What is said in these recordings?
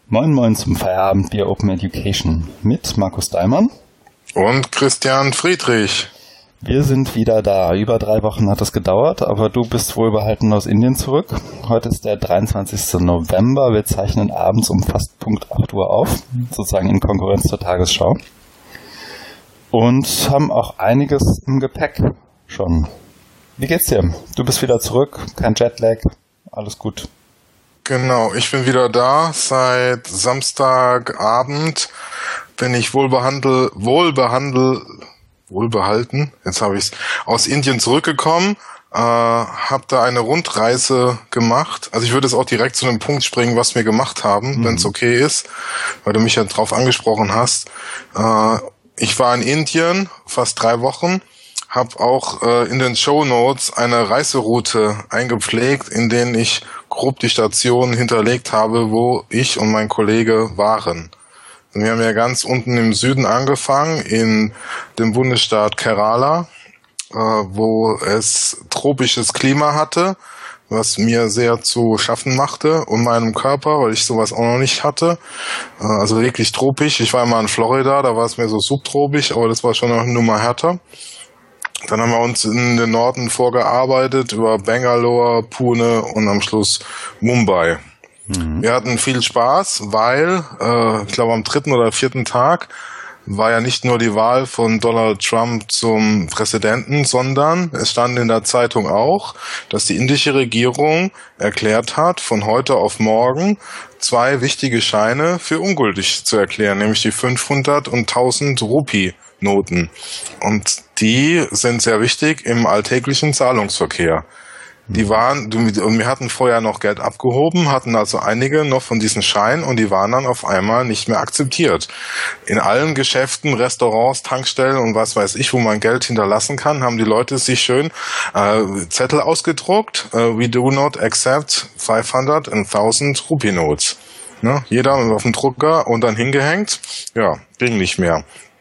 Moin Moin zum Feierabendbier Open Education mit Markus Daimann und Christian Friedrich. Wir sind wieder da. Über 3 Wochen hat es gedauert, aber du bist wohlbehalten aus Indien zurück. Heute ist der 23. November. Wir zeichnen abends um fast Punkt 8 Uhr auf, sozusagen in Konkurrenz zur Tagesschau. Und haben auch einiges im Gepäck schon. Wie geht's dir? Du bist wieder zurück, kein Jetlag, alles gut. Genau, ich bin wieder da. Seit Samstagabend bin ich wohlbehalten, jetzt habe ich's, aus Indien zurückgekommen, habe da eine Rundreise gemacht. Also ich würde jetzt auch direkt zu einem Punkt springen, was wir gemacht haben, wenn es okay ist, weil du mich ja drauf angesprochen hast. Ich war in Indien fast 3 Wochen, habe auch in den Shownotes eine Reiseroute eingepflegt, in denen ich grob die Stationen hinterlegt habe, wo ich und mein Kollege waren. Und wir haben ja ganz unten im Süden angefangen, in dem Bundesstaat Kerala, wo es tropisches Klima hatte, was mir sehr zu schaffen machte und meinem Körper, weil ich sowas auch noch nicht hatte. Also wirklich tropisch. Ich war immer in Florida, da war es mehr so subtropisch, aber das war schon noch eine Nummer härter. Dann haben wir uns in den Norden vorgearbeitet über Bangalore, Pune und am Schluss Mumbai. Wir hatten viel Spaß, weil, ich glaube am 3. oder 4. Tag war ja nicht nur die Wahl von Donald Trump zum Präsidenten, sondern es stand in der Zeitung auch, dass die indische Regierung erklärt hat, von heute auf morgen 2 wichtige Scheine für ungültig zu erklären, nämlich die 500 und 1000 Rupie-Noten. Und die sind sehr wichtig im alltäglichen Zahlungsverkehr. Wir hatten vorher noch Geld abgehoben, hatten also einige noch von diesen Scheinen und die waren dann auf einmal nicht mehr akzeptiert. In allen Geschäften, Restaurants, Tankstellen und was weiß ich, wo man Geld hinterlassen kann, haben die Leute sich schön Zettel ausgedruckt. We do not accept 500 and 1000 Rupee Notes. Ne? Jeder auf dem Drucker und dann hingehängt. Ja, ging nicht mehr.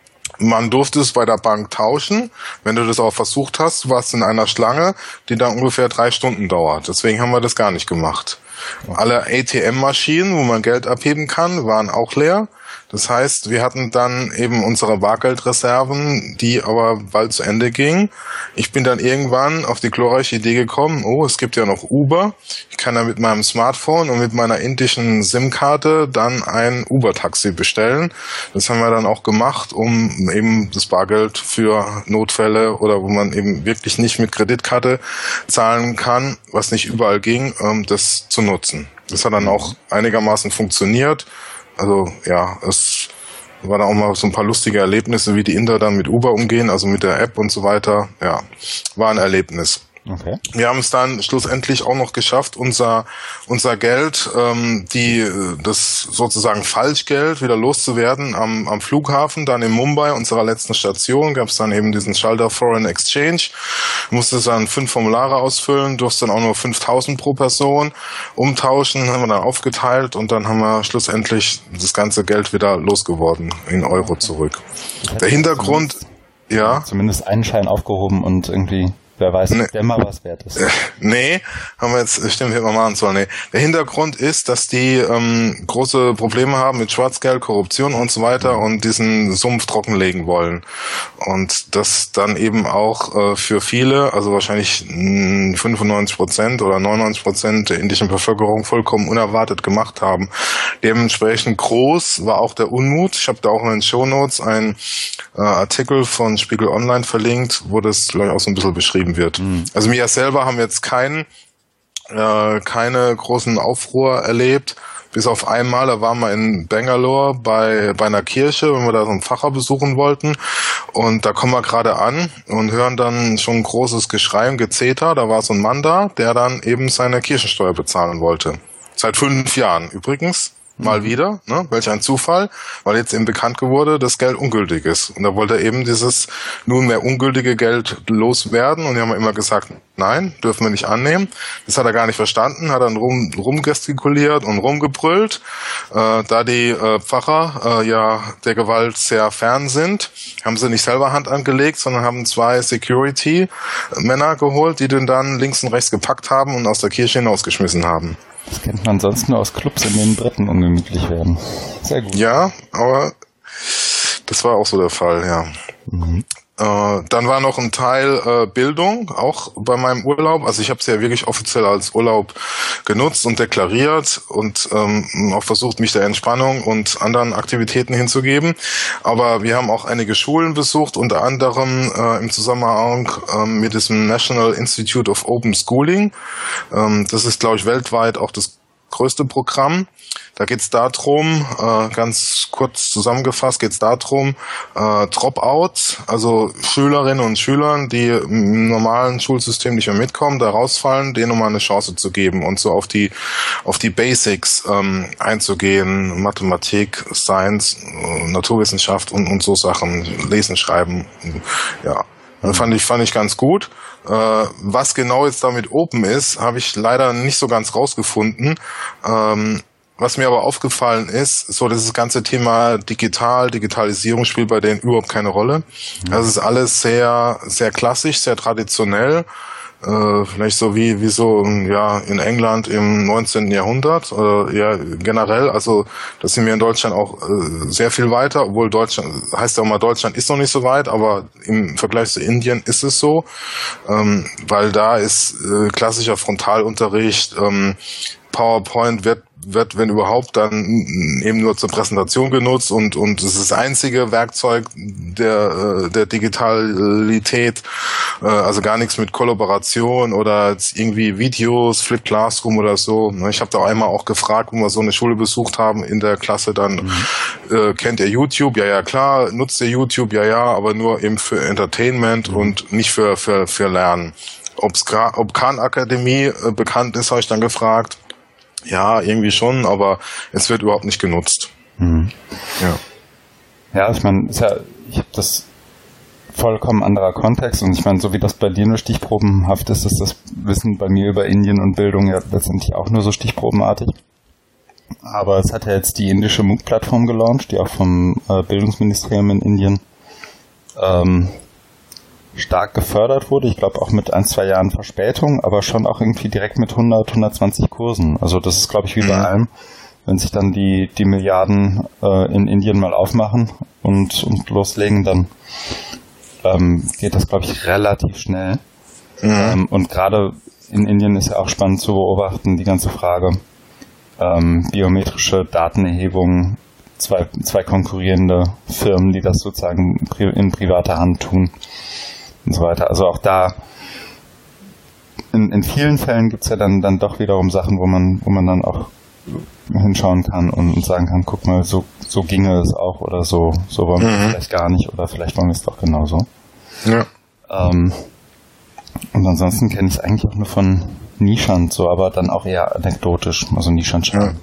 Man durfte es bei der Bank tauschen. Wenn du das auch versucht hast, warst du in einer Schlange, die dann ungefähr 3 Stunden dauert. Deswegen haben wir das gar nicht gemacht. Alle ATM-Maschinen, wo man Geld abheben kann, waren auch leer. Das heißt, wir hatten dann eben unsere Bargeldreserven, die aber bald zu Ende gingen. Ich bin dann irgendwann auf die glorreiche Idee gekommen, es gibt ja noch Uber. Ich kann dann mit meinem Smartphone und mit meiner indischen SIM-Karte dann ein Uber-Taxi bestellen. Das haben wir dann auch gemacht, um eben das Bargeld für Notfälle oder wo man eben wirklich nicht mit Kreditkarte zahlen kann, was nicht überall ging, das zu nutzen. Das hat dann auch einigermaßen funktioniert. Also ja, es war dann auch mal so ein paar lustige Erlebnisse, wie die Inder dann mit Uber umgehen, also mit der App und so weiter. Ja, war ein Erlebnis. Okay. Wir haben es dann schlussendlich auch noch geschafft, unser Geld, das sozusagen Falschgeld wieder loszuwerden am Flughafen. Dann in Mumbai, unserer letzten Station, gab es dann eben diesen Schalter Foreign Exchange. Musste dann 5 Formulare ausfüllen, durfte dann auch nur 5.000 pro Person umtauschen, haben wir dann aufgeteilt und dann haben wir schlussendlich das ganze Geld wieder losgeworden in Euro zurück. Der Hintergrund, ja. Zumindest einen Schein aufgehoben und irgendwie... Wer weiß, der mal was wert ist. Nee, haben wir jetzt, stimmt, hätten wir machen sollen. Nee. Der Hintergrund ist, dass die große Probleme haben mit Schwarzgeld, Korruption und so weiter und diesen Sumpf trockenlegen wollen. Und das dann eben auch für viele, also wahrscheinlich 95% oder 99% der indischen Bevölkerung vollkommen unerwartet gemacht haben. Dementsprechend groß war auch der Unmut. Ich habe da auch in den Shownotes einen Artikel von Spiegel Online verlinkt, wo das gleich auch so ein bisschen beschrieben wird. Also wir selber haben jetzt keine großen Aufruhr erlebt, bis auf einmal, da waren wir in Bangalore bei einer Kirche, wenn wir da so einen Pfarrer besuchen wollten und da kommen wir gerade an und hören dann schon ein großes Geschrei und Gezeter, da war so ein Mann da, der dann eben seine Kirchensteuer bezahlen wollte. Seit 5 Jahren übrigens. Mal wieder, ne? Welch ein Zufall, weil jetzt eben bekannt wurde, dass Geld ungültig ist. Und da wollte er eben dieses nunmehr ungültige Geld loswerden. Und die haben immer gesagt, nein, dürfen wir nicht annehmen. Das hat er gar nicht verstanden, hat dann rumgestikuliert und rumgebrüllt. Da die Pfarrer ja der Gewalt sehr fern sind, haben sie nicht selber Hand angelegt, sondern haben 2 Security-Männer geholt, die den dann links und rechts gepackt haben und aus der Kirche hinausgeschmissen haben. Das kennt man sonst nur aus Clubs, in denen Briten ungemütlich werden. Sehr gut. Ja, aber das war auch so der Fall, ja. Mhm. Dann war noch ein Teil Bildung, auch bei meinem Urlaub. Also ich habe es ja wirklich offiziell als Urlaub genutzt und deklariert und auch versucht, mich der Entspannung und anderen Aktivitäten hinzugeben. Aber wir haben auch einige Schulen besucht, unter anderem im Zusammenhang mit diesem National Institute of Open Schooling. Das ist, glaube ich, weltweit auch das größte Programm. Da geht es darum, ganz kurz zusammengefasst, geht es darum, Dropouts, also Schülerinnen und Schülern, die im normalen Schulsystem nicht mehr mitkommen, da rausfallen, denen nochmal eine Chance zu geben und so auf die Basics einzugehen, Mathematik, Science, Naturwissenschaft und so Sachen, Lesen, Schreiben, ja. Fand ich ganz gut. Was genau jetzt damit Open ist, habe ich leider nicht so ganz rausgefunden. Was mir aber aufgefallen ist, so das ganze Thema Digitalisierung spielt bei denen überhaupt keine Rolle. Das ist alles sehr, sehr klassisch, sehr traditionell. Vielleicht so wie so ja in England im 19. Jahrhundert oder ja generell, also da sind wir in Deutschland auch sehr viel weiter, obwohl Deutschland, heißt ja auch mal, Deutschland ist noch nicht so weit, aber im Vergleich zu Indien ist es so, weil da ist klassischer Frontalunterricht, PowerPoint wird, wenn überhaupt, dann eben nur zur Präsentation genutzt und es ist das einzige Werkzeug der Digitalität, also gar nichts mit Kollaboration oder irgendwie Videos, Flip Classroom oder so. Ich habe da einmal auch gefragt, wo wir so eine Schule besucht haben in der Klasse, dann kennt ihr YouTube? Ja klar, nutzt ihr YouTube? Ja, aber nur eben für Entertainment und nicht für Lernen. Ob Khan Akademie bekannt ist, habe ich dann gefragt. Ja, irgendwie schon, aber es wird überhaupt nicht genutzt. Mhm. Ja, ich meine, ich habe das vollkommen anderer Kontext und ich meine, so wie das bei dir nur stichprobenhaft ist, ist das Wissen bei mir über Indien und Bildung ja letztendlich auch nur so stichprobenartig. Aber es hat ja jetzt die indische MOOC-Plattform gelauncht, die auch vom Bildungsministerium in Indien stark gefördert wurde. Ich glaube auch mit 1-2 Jahren Verspätung, aber schon auch irgendwie direkt mit 120 Kursen. Also das ist, glaube ich, wie bei allem. Wenn sich dann die Milliarden in Indien mal aufmachen und loslegen, dann geht das, glaube ich, relativ schnell. Und gerade in Indien ist ja auch spannend zu beobachten, die ganze Frage biometrische Datenerhebung, zwei konkurrierende Firmen, die das sozusagen in privater Hand tun und so weiter. Also auch da in vielen Fällen gibt's ja dann doch wiederum Sachen, wo man dann auch hinschauen kann und sagen kann, guck mal, so ginge es auch oder so wollen wir es vielleicht gar nicht oder vielleicht wollen wir es doch genauso. Ja. Und ansonsten kenne ich es eigentlich auch nur von Nishant, so, aber dann auch eher anekdotisch, also Nishant schon.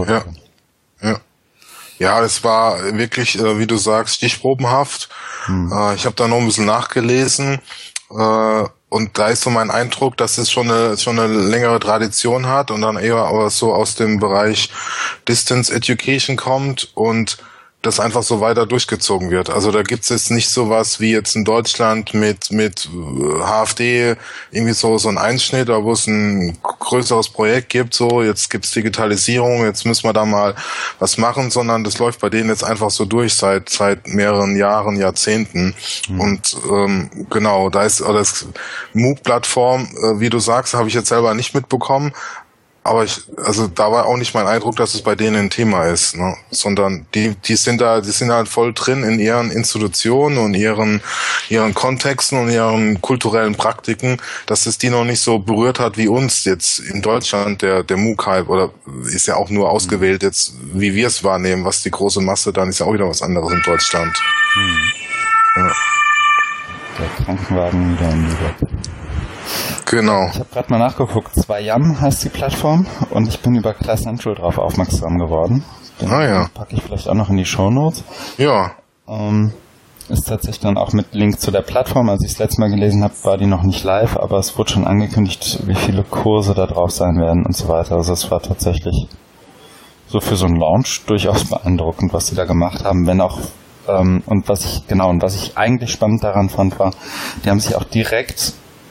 Ja, es war wirklich, wie du sagst, stichprobenhaft. Ich habe da noch ein bisschen nachgelesen und da ist so mein Eindruck, dass es schon eine längere Tradition hat und dann eher aber so aus dem Bereich Distance Education kommt und das einfach so weiter durchgezogen wird. Also da gibt's jetzt nicht sowas wie jetzt in Deutschland mit HFD, irgendwie so ein Einschnitt, wo es ein größeres Projekt gibt, so jetzt gibt's Digitalisierung, jetzt müssen wir da mal was machen, sondern das läuft bei denen jetzt einfach so durch seit mehreren Jahren, Jahrzehnten. Und genau, da ist das MOOC-Plattform, wie du sagst, habe ich jetzt selber nicht mitbekommen. Aber also da war auch nicht mein Eindruck, dass es bei denen ein Thema ist, ne? Sondern die sind halt voll drin in ihren Institutionen und ihren Kontexten und ihren kulturellen Praktiken, dass es die noch nicht so berührt hat wie uns jetzt in Deutschland, der MOOC-Hype, oder ist ja auch nur ausgewählt jetzt, wie wir es wahrnehmen, was die große Masse dann ist ja auch wieder was anderes in Deutschland. Ja. Der Krankenwagen wieder in die Welt. Genau. Ich habe gerade mal nachgeguckt. 2YAM heißt die Plattform und ich bin über Class Central drauf aufmerksam geworden. Den packe ich vielleicht auch noch in die Shownotes. Ja. Ist tatsächlich dann auch mit Link zu der Plattform. Als ich das letzte Mal gelesen habe, war die noch nicht live, aber es wurde schon angekündigt, wie viele Kurse da drauf sein werden und so weiter. Also es war tatsächlich so für so einen Launch durchaus beeindruckend, was sie da gemacht haben, wenn auch und was ich eigentlich spannend daran fand, war, die haben sich auch direkt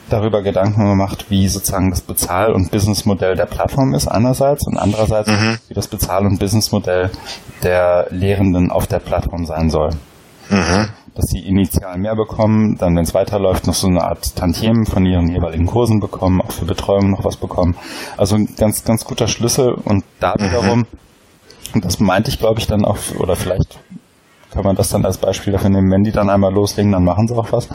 darüber Gedanken gemacht, wie sozusagen das Bezahl- und Businessmodell der Plattform ist einerseits und andererseits, wie das Bezahl- und Businessmodell der Lehrenden auf der Plattform sein soll. Dass sie initial mehr bekommen, dann, wenn es weiterläuft, noch so eine Art Tantiemen von ihren jeweiligen Kursen bekommen, auch für Betreuung noch was bekommen. Also ein ganz, ganz guter Schlüssel. Und da wiederum, und das meinte ich, glaube ich, dann auch, oder vielleicht kann man das dann als Beispiel dafür nehmen, wenn die dann einmal loslegen, dann machen sie auch was,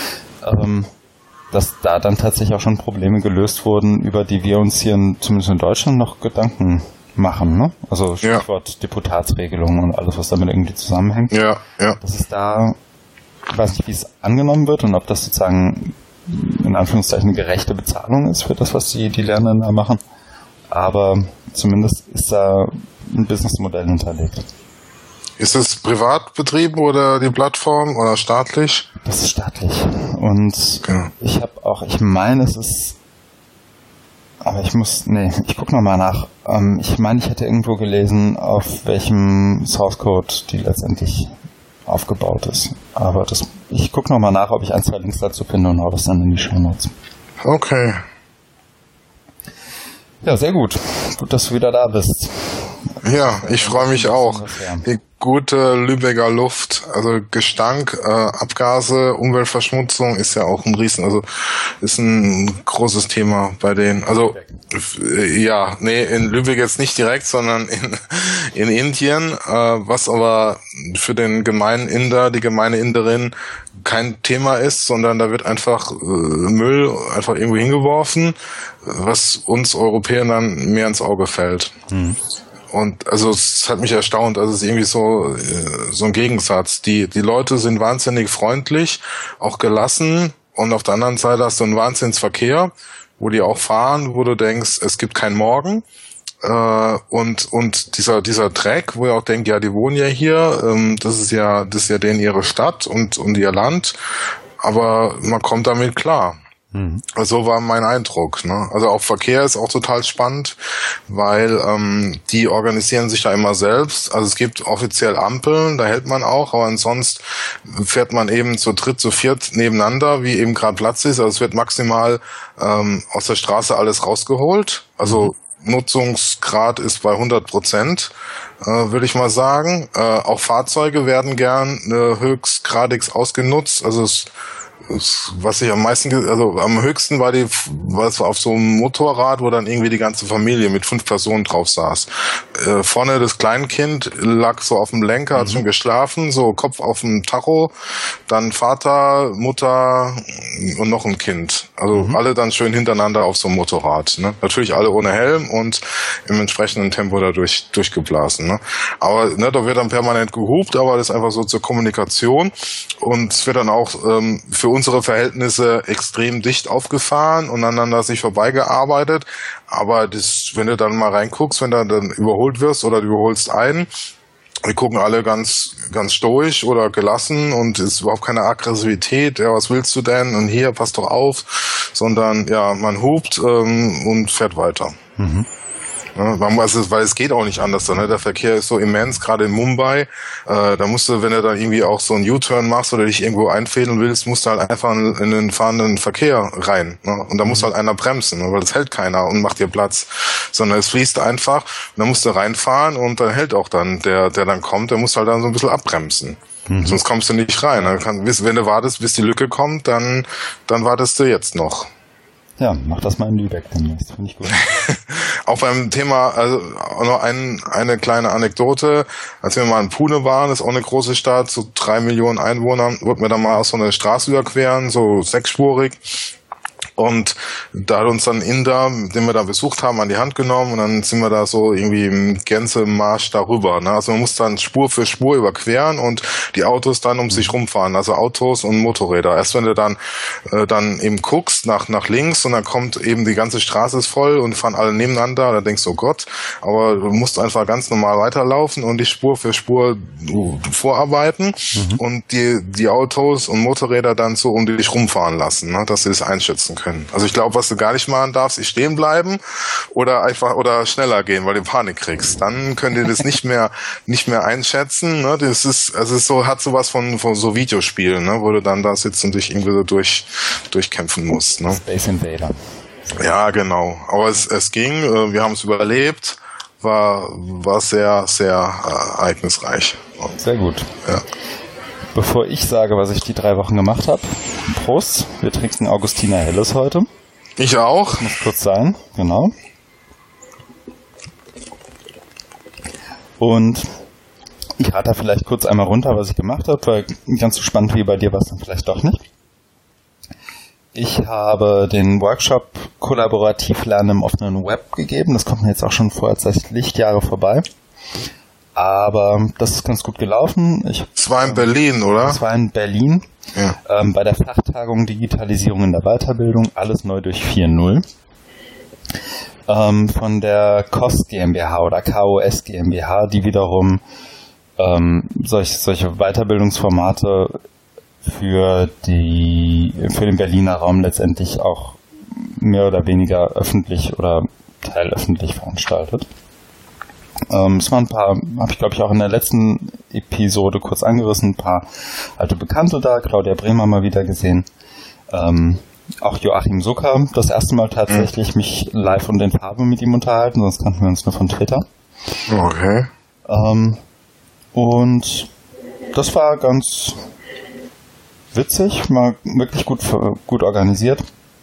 dass da dann tatsächlich auch schon Probleme gelöst wurden, über die wir uns hier zumindest in Deutschland noch Gedanken machen, ne? Also Stichwort Deputatsregelung und alles, was damit irgendwie zusammenhängt. Ja. Das ist da, ich weiß nicht, wie es angenommen wird und ob das sozusagen in Anführungszeichen eine gerechte Bezahlung ist für das, was die Lernenden da machen. Aber zumindest ist da ein Businessmodell hinterlegt. Ist es privat betrieben oder die Plattform oder staatlich? Das ist staatlich. Und ich meine, es ist, aber ich gucke nochmal nach. Ich meine, ich hätte irgendwo gelesen, auf welchem Source Code die letztendlich aufgebaut ist. Aber ich gucke nochmal nach, ob ich 1, 2 Links dazu finde und hau das dann in die Shownotes. Okay. Ja, sehr gut. Gut, dass du wieder da bist. Ja, ich freue mich auch. Die gute Lübecker Luft, also Gestank, Abgase, Umweltverschmutzung ist ja auch ist ein großes Thema bei denen. Also in Lübeck jetzt nicht direkt, sondern in Indien, was aber für den gemeinen Inder, die gemeine Inderin kein Thema ist, sondern da wird einfach Müll einfach irgendwo hingeworfen, was uns Europäern dann mehr ins Auge fällt. Und also es hat mich erstaunt, also es ist irgendwie so ein Gegensatz. Die Leute sind wahnsinnig freundlich, auch gelassen, und auf der anderen Seite hast du einen Wahnsinnsverkehr, wo die auch fahren, wo du denkst, es gibt keinen Morgen. Und dieser Dreck, wo ihr auch denkt, ja, die wohnen ja hier, das ist ja denen ihre Stadt und ihr Land, aber man kommt damit klar. Also so war mein Eindruck, ne? Also auch Verkehr ist auch total spannend, weil die organisieren sich da immer selbst. Also es gibt offiziell Ampeln, da hält man auch, aber ansonsten fährt man eben zu dritt, zu viert nebeneinander, wie eben gerade Platz ist. Also es wird maximal aus der Straße alles rausgeholt. Also Nutzungsgrad ist bei 100%, würde ich mal sagen. Auch Fahrzeuge werden gern höchstgradig ausgenutzt. Also was ich am höchsten war es auf so einem Motorrad, wo dann irgendwie die ganze Familie mit 5 Personen drauf saß. Vorne das Kleinkind lag so auf dem Lenker, hat schon geschlafen, so Kopf auf dem Tacho, dann Vater, Mutter und noch ein Kind. Also alle dann schön hintereinander auf so einem Motorrad, ne? Natürlich alle ohne Helm und im entsprechenden Tempo da durchgeblasen, ne? Aber ne, da wird dann permanent gehupt, aber das ist einfach so zur Kommunikation, und es wird dann auch für unsere Verhältnisse extrem dicht aufgefahren und aneinander sich vorbeigearbeitet. Aber wenn du dann mal reinguckst, wenn du dann überholt wirst oder du überholst einen, die gucken alle ganz, ganz stoisch oder gelassen und ist überhaupt keine Aggressivität. Ja, was willst du denn? Und hier, pass doch auf. Sondern, ja, man hupt und fährt weiter. Ja, weil es geht auch nicht anders. Ne? Der Verkehr ist so immens, gerade in Mumbai. Da musst du, wenn du dann irgendwie auch so einen U-Turn machst oder dich irgendwo einfädeln willst, musst du halt einfach in den fahrenden Verkehr rein. Ne? Und da muss halt einer bremsen, ne? Weil das hält keiner und macht dir Platz. Sondern es fließt einfach, und dann musst du reinfahren und dann hält auch dann der dann kommt, der muss halt dann so ein bisschen abbremsen. Sonst kommst du nicht rein. Ne? Wenn du wartest, bis die Lücke kommt, dann wartest du jetzt noch. Ja, mach das mal in Lübeck demnächst, finde ich gut. Auch beim Thema, also auch noch eine kleine Anekdote. Als wir mal in Pune waren, das ist auch eine große Stadt, so 3 Millionen Einwohner, wollten wir dann mal so eine Straße überqueren, so 6-spurig. Und da hat uns dann Inder, den wir da besucht haben, an die Hand genommen, und dann sind wir da so irgendwie im Gänsemarsch darüber. Ne? Also man muss dann Spur für Spur überqueren und die Autos dann um sich rumfahren, also Autos und Motorräder. Erst wenn du dann eben guckst nach links, und dann kommt eben die ganze Straße ist voll und fahren alle nebeneinander, da denkst du, oh Gott, aber du musst einfach ganz normal weiterlaufen und die Spur für Spur vorarbeiten und die Autos und Motorräder dann so um dich rumfahren lassen, ne? Dass sie das einschätzen können. können. Also ich glaube, was du gar nicht machen darfst, ist stehen bleiben oder schneller gehen, weil du Panik kriegst. Dann könnt ihr das nicht mehr einschätzen. Ne? Das ist so, hat sowas von so Videospielen, ne? Wo du dann da sitzt und dich irgendwie so durchkämpfen musst. Ne? Space Invader. Ja, genau. Aber es ging, wir haben es überlebt, war sehr, sehr ereignisreich. Sehr gut. Ja. Bevor ich sage, was ich die 3 Wochen gemacht habe, Prost, wir trinken Augustiner Helles heute. Ich auch. Muss kurz sein, genau. Und ich rate vielleicht kurz einmal runter, was ich gemacht habe, weil ganz so spannend wie bei dir war es dann vielleicht doch nicht. Ich habe den Workshop Kollaborativ Lernen im offenen Web gegeben. Das kommt mir jetzt auch schon vor, als Lichtjahre vorbei. Aber das ist ganz gut gelaufen. Es war in Berlin, oder? Es war in Berlin. Ja. Bei der Fachtagung Digitalisierung in der Weiterbildung. Alles neu durch 4.0. Von der KOS GmbH oder KOS GmbH, die wiederum solche Weiterbildungsformate für den Berliner Raum letztendlich auch mehr oder weniger öffentlich oder teilöffentlich veranstaltet. Es waren ein paar, habe ich glaube ich auch in der letzten Episode kurz angerissen, ein paar alte Bekannte da, Claudia Bremer mal wieder gesehen, auch Joachim Zucker, das erste Mal tatsächlich mich live und in Farbe mit ihm unterhalten, sonst kannten wir uns nur von Twitter. Okay. Und das war ganz witzig, mal wirklich gut organisiert.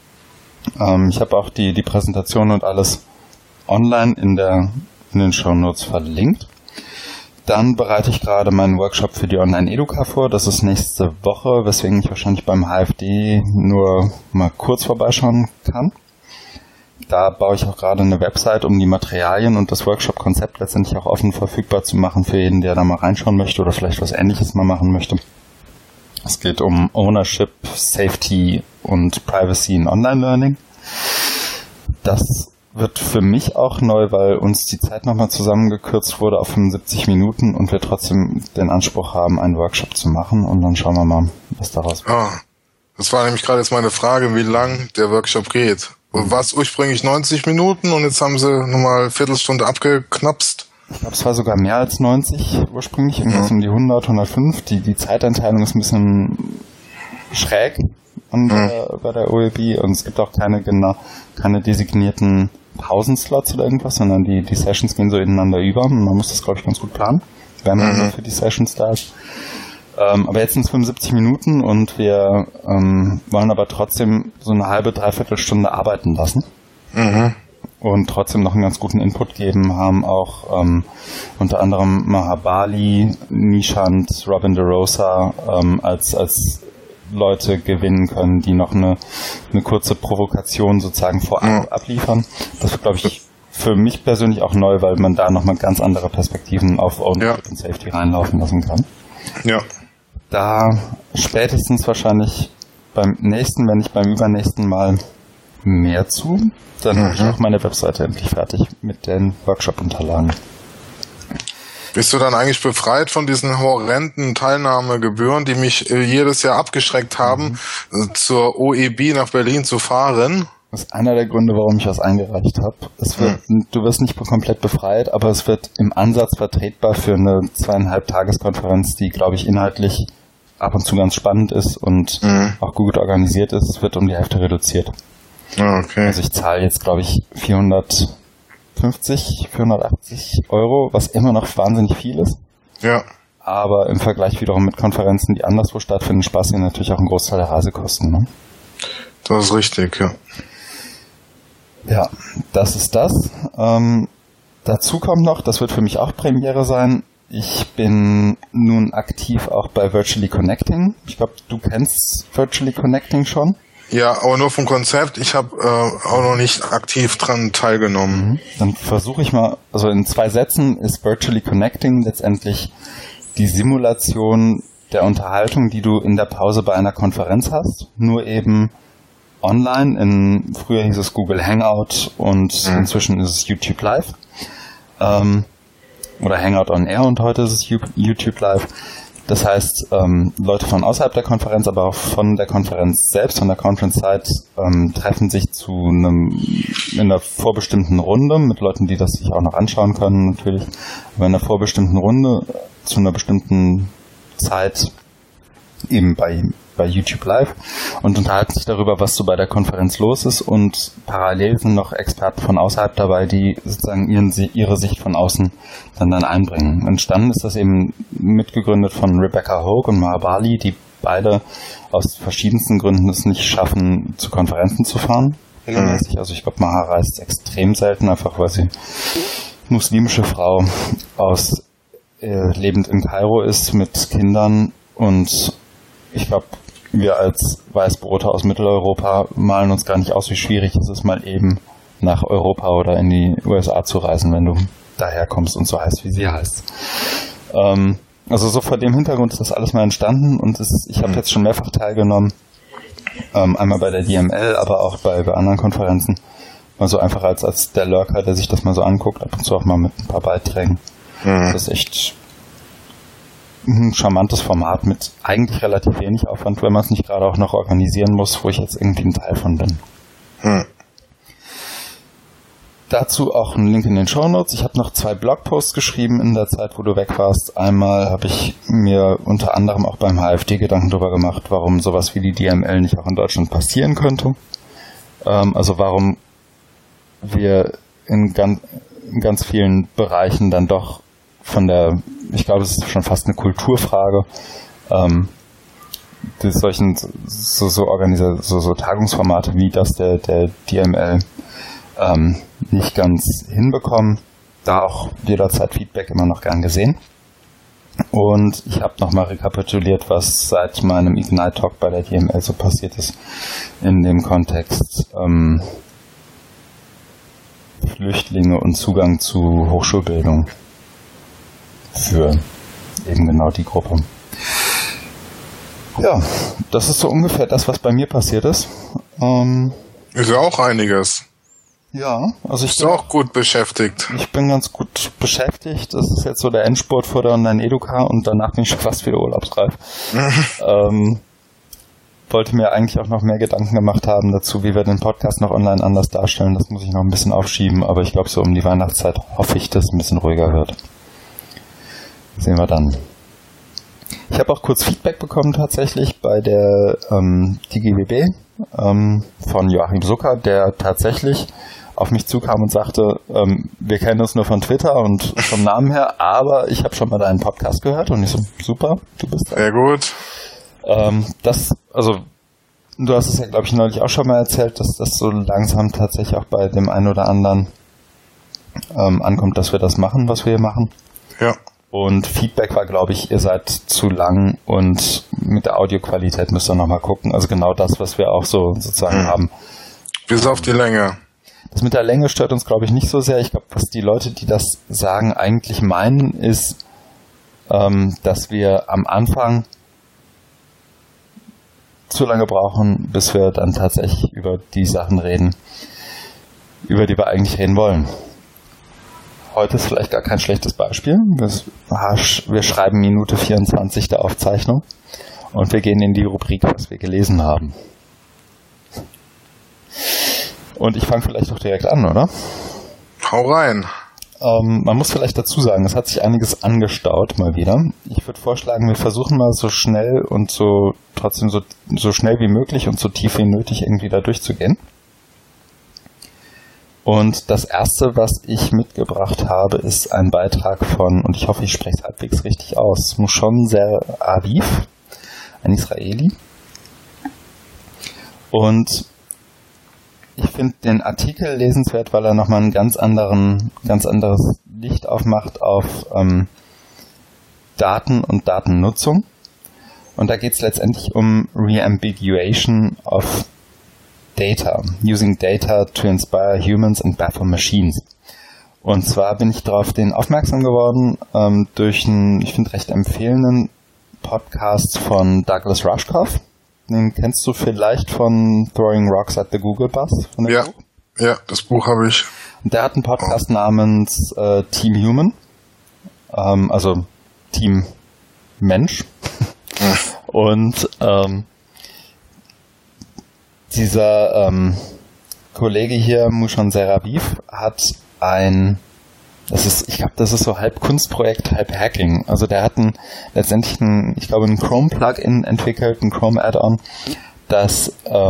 Ich habe auch die Präsentation und alles online in den Shownotes verlinkt. Dann bereite ich gerade meinen Workshop für die Online-Educa vor. Das ist nächste Woche, weswegen ich wahrscheinlich beim HFD nur mal kurz vorbeischauen kann. Da baue ich auch gerade eine Website, um die Materialien und das Workshop-Konzept letztendlich auch offen verfügbar zu machen für jeden, der da mal reinschauen möchte oder vielleicht was Ähnliches mal machen möchte. Es geht um Ownership, Safety und Privacy in Online-Learning. Das wird für mich auch neu, weil uns die Zeit nochmal zusammengekürzt wurde auf 75 Minuten und wir trotzdem den Anspruch haben, einen Workshop zu machen und dann schauen wir mal, was daraus wird. Das war nämlich gerade jetzt meine Frage, wie lang der Workshop geht. War es ursprünglich 90 Minuten und jetzt haben sie nochmal eine Viertelstunde abgeknapst? Ich glaube, es war sogar mehr als 90 ursprünglich, irgendwas um die 100, 105. Die Zeiteinteilung ist ein bisschen schräg bei der OEB und es gibt auch keine designierten Pausenslots oder irgendwas, sondern die Sessions gehen so ineinander über. Man muss das, glaube ich, ganz gut planen, wenn man nur für die Sessions da ist. Aber jetzt sind es 75 Minuten und wir wollen aber trotzdem so eine halbe, dreiviertel Stunde arbeiten lassen. Und trotzdem noch einen ganz guten Input geben, haben auch unter anderem Mahabali, Nishant, Robin DeRosa als Leute gewinnen können, die noch eine kurze Provokation sozusagen vorab abliefern. Das wird, glaube ich, für mich persönlich auch neu, weil man da nochmal ganz andere Perspektiven auf Ownership und Safety reinlaufen lassen kann. Ja. Da spätestens wahrscheinlich wenn ich beim übernächsten Mal mehr zu, dann habe ich auch meine Webseite endlich fertig mit den Workshop-Unterlagen. Bist du dann eigentlich befreit von diesen horrenden Teilnahmegebühren, die mich jedes Jahr abgeschreckt haben, zur OEB nach Berlin zu fahren? Das ist einer der Gründe, warum ich das eingereicht habe. Du wirst nicht komplett befreit, aber es wird im Ansatz vertretbar für eine 2,5-Tages-Konferenz, die, glaube ich, inhaltlich ab und zu ganz spannend ist und auch gut organisiert ist. Es wird um die Hälfte reduziert. Okay. Also ich zahle jetzt, glaube ich, 480 Euro, was immer noch wahnsinnig viel ist. Ja. Aber im Vergleich wiederum mit Konferenzen, die anderswo stattfinden, spart ihnen natürlich auch einen Großteil der Reisekosten. Ne? Das ist richtig, ja. Ja, das ist das. Dazu kommt noch, das wird für mich auch Premiere sein, ich bin nun aktiv auch bei Virtually Connecting. Ich glaube, du kennst Virtually Connecting schon. Ja, aber nur vom Konzept. Ich habe auch noch nicht aktiv dran teilgenommen. Dann versuche ich mal, also in 2 Sätzen ist Virtually Connecting letztendlich die Simulation der Unterhaltung, die du in der Pause bei einer Konferenz hast, nur eben online. Früher hieß es Google Hangout und inzwischen ist es YouTube Live. Oder Hangout on Air und heute ist es YouTube Live. Das heißt, Leute von außerhalb der Konferenz, aber auch von der Konferenz selbst, von der Conference-Site, treffen sich in einer vorbestimmten Runde mit Leuten, die das sich auch noch anschauen können, natürlich, aber in einer vorbestimmten Runde zu einer bestimmten Zeit eben bei YouTube Live und unterhalten sich darüber, was so bei der Konferenz los ist, und parallel sind noch Experten von außerhalb dabei, die sozusagen ihre Sicht von außen dann einbringen. Entstanden ist das eben mitgegründet von Rebecca Hogue und Maha Bali, die beide aus verschiedensten Gründen es nicht schaffen, zu Konferenzen zu fahren. Regelmäßig. Also ich glaube, Maha reist extrem selten, einfach weil sie muslimische Frau lebend in Kairo ist mit Kindern, und ich glaube, wir als Weißbrote aus Mitteleuropa malen uns gar nicht aus, wie schwierig es ist, mal eben nach Europa oder in die USA zu reisen, wenn du daherkommst und so heißt, wie sie heißt. Also so vor dem Hintergrund ist das alles mal entstanden, und ich habe jetzt schon mehrfach teilgenommen, einmal bei der DML, aber auch bei anderen Konferenzen, mal so einfach als der Lurker, der sich das mal so anguckt, ab und zu auch mal mit ein paar Beiträgen. Das ist echt ein charmantes Format mit eigentlich relativ wenig Aufwand, wenn man es nicht gerade auch noch organisieren muss, wo ich jetzt irgendwie ein Teil von bin. Dazu auch ein Link in den Shownotes. Ich habe noch 2 Blogposts geschrieben in der Zeit, wo du weg warst. Einmal habe ich mir unter anderem auch beim HFD Gedanken darüber gemacht, warum sowas wie die DML nicht auch in Deutschland passieren könnte. Also warum wir in ganz vielen Bereichen dann doch ich glaube, es ist schon fast eine Kulturfrage, solchen so Tagungsformate wie das der DML nicht ganz hinbekommen. Da auch jederzeit Feedback immer noch gern gesehen. Und ich habe nochmal rekapituliert, was seit meinem Ignite-Talk bei der DML so passiert ist in dem Kontext Flüchtlinge und Zugang zu Hochschulbildung für eben genau die Gruppe. Ja, das ist so ungefähr das, was bei mir passiert ist. Ist ja auch einiges. Ja, also ich bin auch gut beschäftigt. Ich bin ganz gut beschäftigt. Das ist jetzt so der Endspurt vor der Online-Educa, und danach bin ich schon fast wieder urlaubsreif. Wollte mir eigentlich auch noch mehr Gedanken gemacht haben dazu, wie wir den Podcast noch online anders darstellen. Das muss ich noch ein bisschen aufschieben, aber ich glaube, so um die Weihnachtszeit hoffe ich, dass es ein bisschen ruhiger wird. Sehen wir dann. Ich habe auch kurz Feedback bekommen tatsächlich bei der DGWB von Joachim Zucker, der tatsächlich auf mich zukam und sagte, wir kennen uns nur von Twitter und vom Namen her, aber ich habe schon mal deinen Podcast gehört, und ich so, super, du bist da. Sehr gut. Du hast es ja, glaube ich, neulich auch schon mal erzählt, dass das so langsam tatsächlich auch bei dem einen oder anderen ankommt, dass wir das machen, was wir hier machen. Ja. Und Feedback war, glaube ich, ihr seid zu lang und mit der Audioqualität müsst ihr nochmal gucken. Also genau das, was wir auch so sozusagen haben. Bis auf die Länge. Das mit der Länge stört uns, glaube ich, nicht so sehr. Ich glaube, was die Leute, die das sagen, eigentlich meinen, ist, dass wir am Anfang zu lange brauchen, bis wir dann tatsächlich über die Sachen reden, über die wir eigentlich reden wollen. Heute ist vielleicht gar kein schlechtes Beispiel. Wir schreiben Minute 24 der Aufzeichnung und wir gehen in die Rubrik, was wir gelesen haben. Und ich fange vielleicht doch direkt an, oder? Hau rein. Man muss vielleicht dazu sagen, es hat sich einiges angestaut mal wieder. Ich würde vorschlagen, wir versuchen mal so schnell und trotzdem so schnell wie möglich und so tief wie nötig irgendwie da durchzugehen. Und das erste, was ich mitgebracht habe, ist ein Beitrag von, und ich hoffe, ich spreche es halbwegs richtig aus, Moshon Aviv, ein Israeli. Und ich finde den Artikel lesenswert, weil er nochmal ein ganz anderes Licht aufmacht auf Daten und Datennutzung. Und da geht es letztendlich um Reambiguation of Data, using data to inspire humans and baffle machines. Und zwar bin ich darauf aufmerksam geworden durch einen, ich finde, recht empfehlenden Podcast von Douglas Rushkoff. Den kennst du vielleicht von Throwing Rocks at the Google Bus? Ja, das Buch habe ich. Und der hat einen Podcast namens Team Human, also Team Mensch. Und dieser Kollege hier, Mushon Seraviv, hat ich glaube, das ist so halb Kunstprojekt, halb Hacking. Also der hat letztendlich ein Chrome-Plugin entwickelt, ein Chrome-Add-on, das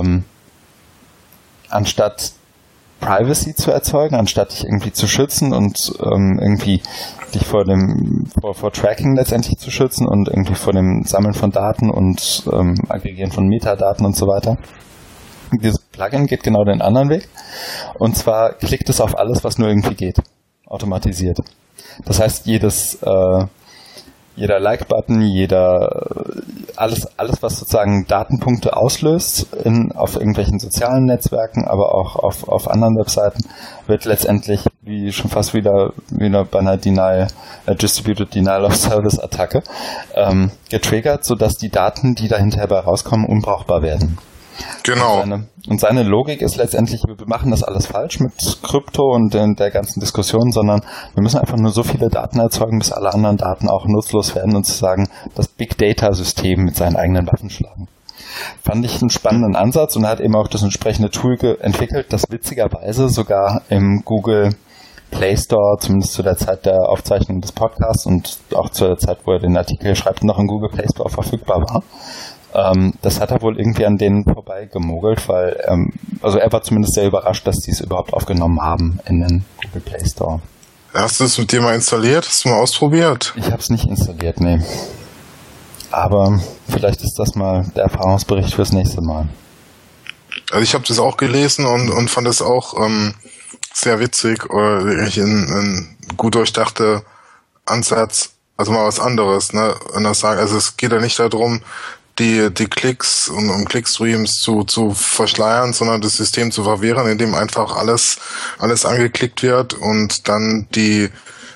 anstatt Privacy zu erzeugen, anstatt dich irgendwie zu schützen und irgendwie dich vor Tracking letztendlich zu schützen und irgendwie vor dem Sammeln von Daten und Aggregieren von Metadaten und so weiter. Dieses Plugin geht genau den anderen Weg. Und zwar klickt es auf alles, was nur irgendwie geht. Automatisiert. Das heißt, jeder Like-Button, alles, was sozusagen Datenpunkte auslöst auf irgendwelchen sozialen Netzwerken, aber auch auf anderen Webseiten, wird letztendlich schon fast wieder bei einer Distributed Denial of Service Attacke getriggert, sodass die Daten, die da hinterher rauskommen, unbrauchbar werden. Genau. Und seine Logik ist letztendlich, wir machen das alles falsch mit Krypto und der ganzen Diskussion, sondern wir müssen einfach nur so viele Daten erzeugen, bis alle anderen Daten auch nutzlos werden und sozusagen das Big Data System mit seinen eigenen Waffen schlagen. Fand ich einen spannenden Ansatz und er hat eben auch das entsprechende Tool entwickelt, das witzigerweise sogar im Google Play Store, zumindest zu der Zeit der Aufzeichnung des Podcasts und auch zu der Zeit, wo er den Artikel schreibt, noch im Google Play Store verfügbar war. Das hat er wohl irgendwie an denen vorbei gemogelt, weil er war zumindest sehr überrascht, dass die es überhaupt aufgenommen haben in den Google Play Store. Hast du es mit dir mal installiert? Hast du mal ausprobiert? Ich habe es nicht installiert, nee. Aber vielleicht ist das mal der Erfahrungsbericht fürs nächste Mal. Also ich habe das auch gelesen und fand es auch sehr witzig oder wirklich ein gut durchdachter Ansatz. Also mal was anderes, ne? Und das sagen, also es geht ja nicht darum, die Klicks und Clickstreams zu verschleiern, sondern das System zu verwehren, indem einfach alles angeklickt wird und dann die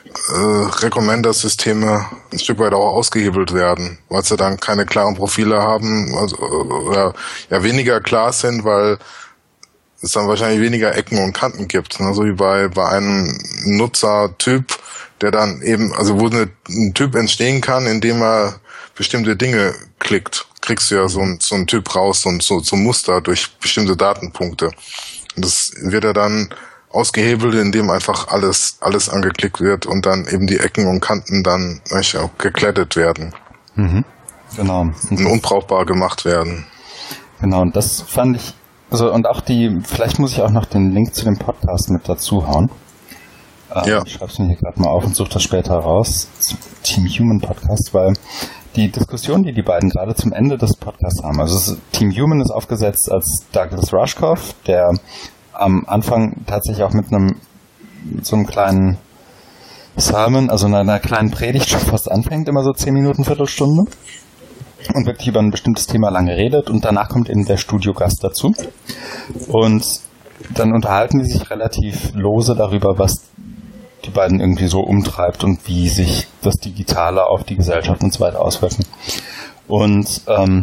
Recommender-Systeme ein Stück weit auch ausgehebelt werden, weil sie dann keine klaren Profile haben, oder ja weniger klar sind, weil es dann wahrscheinlich weniger Ecken und Kanten gibt, ne? So wie bei einem Nutzertyp, der dann eben, also wo ein Typ entstehen kann, indem er bestimmte Dinge klickt, kriegst du ja so einen Typ raus und so Muster durch bestimmte Datenpunkte. Und das wird ja dann ausgehebelt, indem einfach alles angeklickt wird und dann eben die Ecken und Kanten dann auch geklettet werden. Mhm. Genau. Und unbrauchbar gemacht werden. Genau, und das fand ich, also und auch vielleicht muss ich auch noch den Link zu dem Podcast mit dazu hauen. Ja. Ich schreibe es mir hier gerade mal auf und suche das später raus. Team Human Podcast, weil die Diskussion, die beiden gerade zum Ende des Podcasts haben, also Team Human ist aufgesetzt als Douglas Rushkoff, der am Anfang tatsächlich auch mit so einem kleinen Sermon, also einer kleinen Predigt schon fast anfängt, immer so 10 Minuten, Viertelstunde und wirklich über ein bestimmtes Thema lange redet und danach kommt eben der Studiogast dazu und dann unterhalten die sich relativ lose darüber, was die beiden irgendwie so umtreibt und wie sich das Digitale auf die Gesellschaft und so weiter auswirken. Und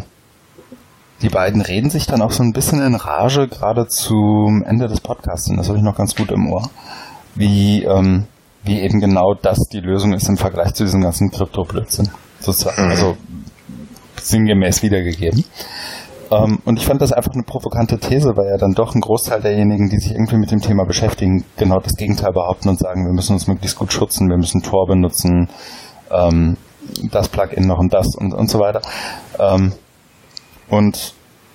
die beiden reden sich dann auch so ein bisschen in Rage, gerade zum Ende des Podcasts, und das habe ich noch ganz gut im Ohr, wie eben genau das die Lösung ist im Vergleich zu diesem ganzen Krypto-Blödsinn, sozusagen, also sinngemäß wiedergegeben. Und ich fand das einfach eine provokante These, weil ja dann doch ein Großteil derjenigen, die sich irgendwie mit dem Thema beschäftigen, genau das Gegenteil behaupten und sagen, wir müssen uns möglichst gut schützen, wir müssen Tor benutzen, das Plugin noch und das und so weiter. Und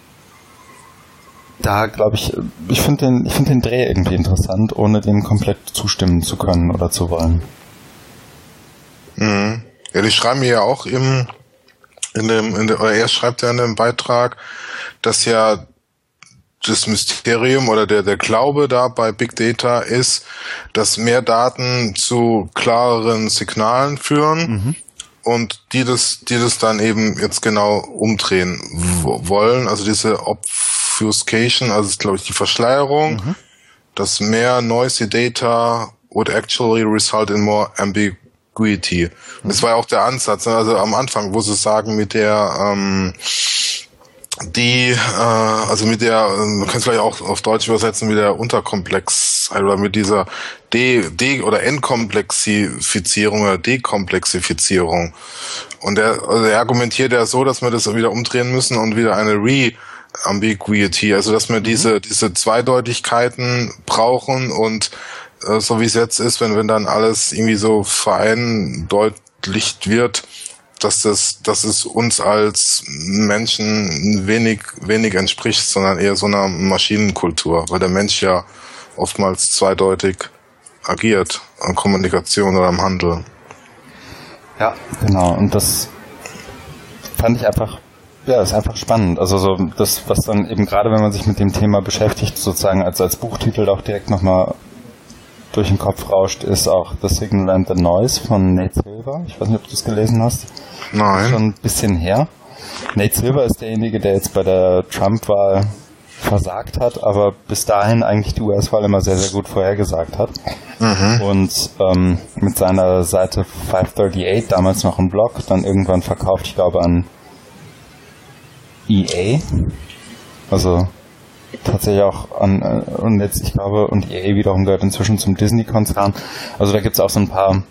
da glaube ich finde den Dreh irgendwie interessant, ohne dem komplett zustimmen zu können oder zu wollen. Mhm. Ja, die schreiben ja auch oder er schreibt ja in dem Beitrag, dass ja das Mysterium oder der Glaube da bei Big Data ist, dass mehr Daten zu klareren Signalen führen und die das dann eben jetzt genau umdrehen wollen. Also diese Obfuscation, also glaube ich die Verschleierung, dass mehr noisy data would actually result in more ambiguity. Das war ja auch der Ansatz, ne? Also am Anfang, wo sie sagen, mit der, man kann es vielleicht auch auf Deutsch übersetzen, mit der Unterkomplexität oder mit dieser oder Entkomplexifizierung oder Dekomplexifizierung. Und er argumentiert ja so, dass wir das wieder umdrehen müssen und wieder eine Re-Ambiguity, also dass wir diese Zweideutigkeiten brauchen und so wie es jetzt ist, wenn dann alles irgendwie so vereindeutlicht wird, dass es uns als Menschen wenig entspricht, sondern eher so einer Maschinenkultur, weil der Mensch ja oftmals zweideutig agiert an Kommunikation oder am Handel. Ja, genau. Und das fand ich einfach, ist einfach spannend. Also so das, was dann eben gerade, wenn man sich mit dem Thema beschäftigt, sozusagen als Buchtitel auch direkt nochmal durch den Kopf rauscht, ist auch The Signal and the Noise von Nate Silver. Ich weiß nicht, ob du es gelesen hast. Nein. Schon ein bisschen her. Nate Silver ist derjenige, der jetzt bei der Trump-Wahl versagt hat, aber bis dahin eigentlich die US-Wahl immer sehr, sehr gut vorhergesagt hat. Und mit seiner Seite 538, damals noch ein Blog, dann irgendwann verkauft, ich glaube, an EA. Also tatsächlich auch an, und jetzt, ich glaube, und EA wiederum gehört inzwischen zum Disney-Konzern. Also da gibt es auch so ein paar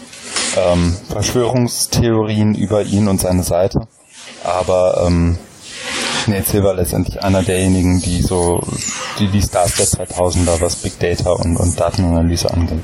Verschwörungstheorien über ihn und seine Seite. Aber Nate Silver letztendlich einer derjenigen, die die Stars der 2000er, was Big Data und Datenanalyse angeht.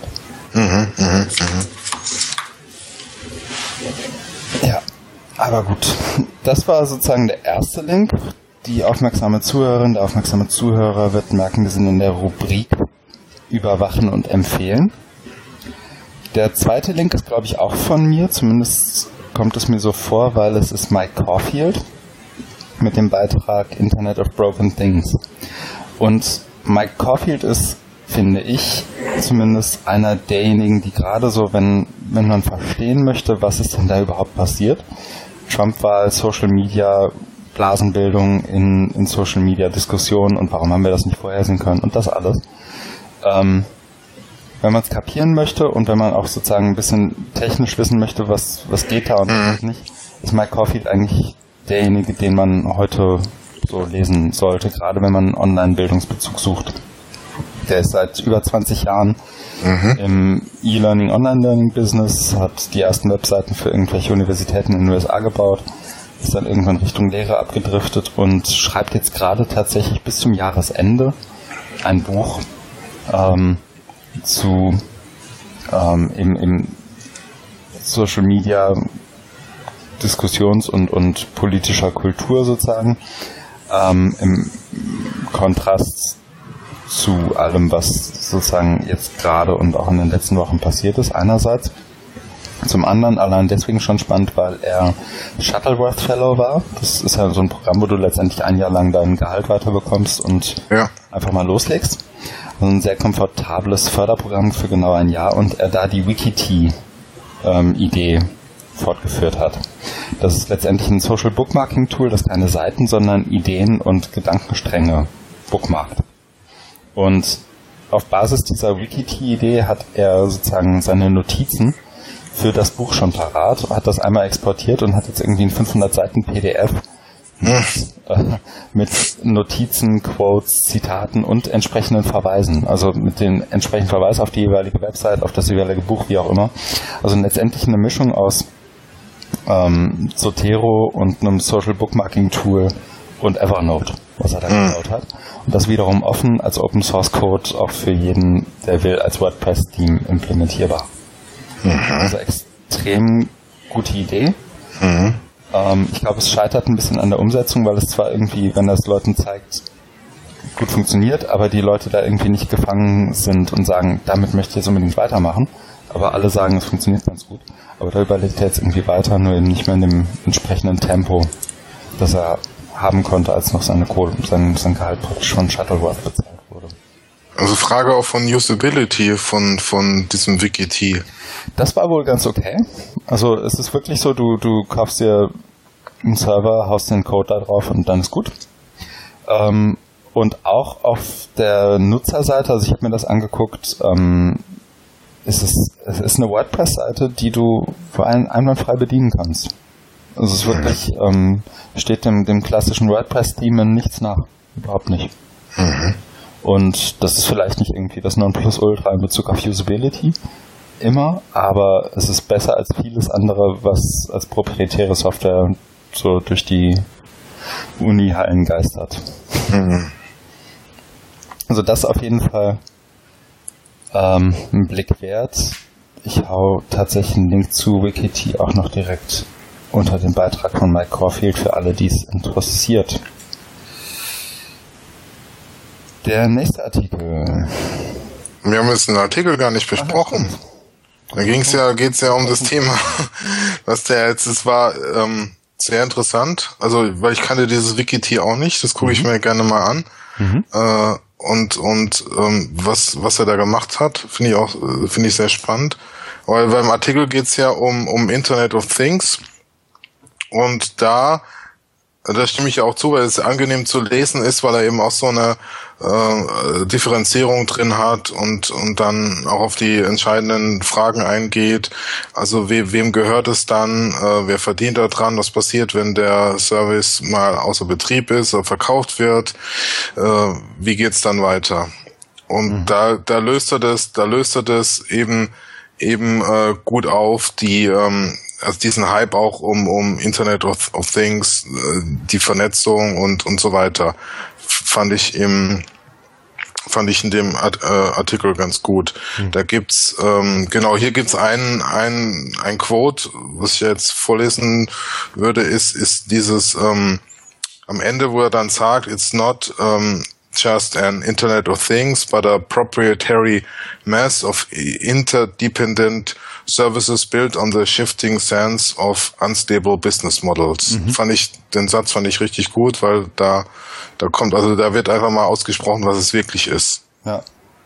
Ja, aber gut. Das war sozusagen der erste Link. Die aufmerksame Zuhörerin, der aufmerksame Zuhörer wird merken, wir sind in der Rubrik Überwachen und Empfehlen. Der zweite Link ist, glaube ich, auch von mir. Zumindest kommt es mir so vor, weil es ist Mike Caulfield mit dem Beitrag Internet of Broken Things. Und Mike Caulfield ist, finde ich, zumindest einer derjenigen, die gerade so, wenn man verstehen möchte, was ist denn da überhaupt passiert, Trump-Wahl, Social Media, Blasenbildung in Social Media Diskussionen und warum haben wir das nicht vorhersehen können und das alles. Wenn man es kapieren möchte und wenn man auch sozusagen ein bisschen technisch wissen möchte, was geht da und was nicht, ist Mike Caulfield eigentlich derjenige, den man heute so lesen sollte, gerade wenn man einen Online-Bildungsbezug sucht. Der ist seit über 20 Jahren im E-Learning, Online-Learning-Business, hat die ersten Webseiten für irgendwelche Universitäten in den USA gebaut, ist dann irgendwann Richtung Lehre abgedriftet und schreibt jetzt gerade tatsächlich bis zum Jahresende ein Buch zu im Social Media Diskussions- und politischer Kultur sozusagen, im Kontrast zu allem, was sozusagen jetzt gerade und auch in den letzten Wochen passiert ist, einerseits. Zum anderen allein deswegen schon spannend, weil er Shuttleworth Fellow war. Das ist ja so ein Programm, wo du letztendlich ein Jahr lang dein Gehalt weiterbekommst und einfach mal loslegst. Also ein sehr komfortables Förderprogramm für genau ein Jahr und er da die Wikiti-Idee fortgeführt hat. Das ist letztendlich ein Social Bookmarking Tool, das keine Seiten, sondern Ideen und Gedankenstränge bookmarkt. Und auf Basis dieser Wikiti-Idee hat er sozusagen seine Notizen für das Buch schon parat, hat das einmal exportiert und hat jetzt irgendwie ein 500 Seiten PDF mit Notizen, Quotes, Zitaten und entsprechenden Verweisen. Also mit den entsprechenden Verweis auf die jeweilige Website, auf das jeweilige Buch, wie auch immer. Also letztendlich eine Mischung aus Zotero und einem Social Bookmarking Tool und Evernote, was er da gebaut hat. Und das wiederum offen als Open Source Code auch für jeden, der will, als WordPress-Theme implementierbar. Also extrem gute Idee. Ich glaube, es scheitert ein bisschen an der Umsetzung, weil es zwar irgendwie, wenn das Leuten zeigt, gut funktioniert, aber die Leute da irgendwie nicht gefangen sind und sagen, damit möchte ich jetzt unbedingt weitermachen. Aber alle sagen, es funktioniert ganz gut. Aber da überlegt er jetzt irgendwie weiter, nur eben nicht mehr in dem entsprechenden Tempo, das er haben konnte, als noch sein Gehalt praktisch von Shuttleworth bezahlt wurde. Also Frage auch von Usability von diesem Wikiti. Das war wohl ganz okay. Also es ist wirklich so, du kaufst dir einen Server, haust den Code da drauf und dann ist gut. Und auch auf der Nutzerseite, also ich habe mir das angeguckt, es ist eine WordPress-Seite, die du einwandfrei bedienen kannst. Also es ist wirklich, steht dem klassischen WordPress-Theme nichts nach. Überhaupt nicht. Und das ist vielleicht nicht irgendwie das Nonplusultra in Bezug auf Usability immer, aber es ist besser als vieles andere, was als proprietäre Software so durch die Uni-Hallen geistert. Also das auf jeden Fall ein Blick wert. Ich hau tatsächlich einen Link zu Wikiti auch noch direkt unter dem Beitrag von Mike Corfield für alle, die es interessiert. Der nächste Artikel. Wir haben jetzt den Artikel gar nicht besprochen. Da geht's ja um das Thema, was der jetzt, es war sehr interessant. Also, weil ich kannte dieses Wikiti auch nicht, das gucke ich mir gerne mal an. Und was er da gemacht hat, finde ich sehr spannend. Weil beim Artikel geht's ja um Internet of Things. Und da stimme ich ja auch zu, weil es angenehm zu lesen ist, weil er eben auch so eine Differenzierung drin hat und dann auch auf die entscheidenden Fragen eingeht. Also wem gehört es dann? Wer verdient da dran? Was passiert, wenn der Service mal außer Betrieb ist oder verkauft wird? Wie geht's dann weiter? Und da löst er das eben gut auf, also diesen Hype auch um Internet of Things, die Vernetzung und so weiter, fand ich in dem Artikel ganz gut. Da gibt's hier gibt's ein Quote, was ich jetzt vorlesen würde, ist dieses am Ende, wo er dann sagt, it's not just an Internet of Things, but a proprietary mass of interdependent services built on the shifting sands of unstable business models. Den Satz fand ich richtig gut, weil da wird einfach mal ausgesprochen, was es wirklich ist. Ja.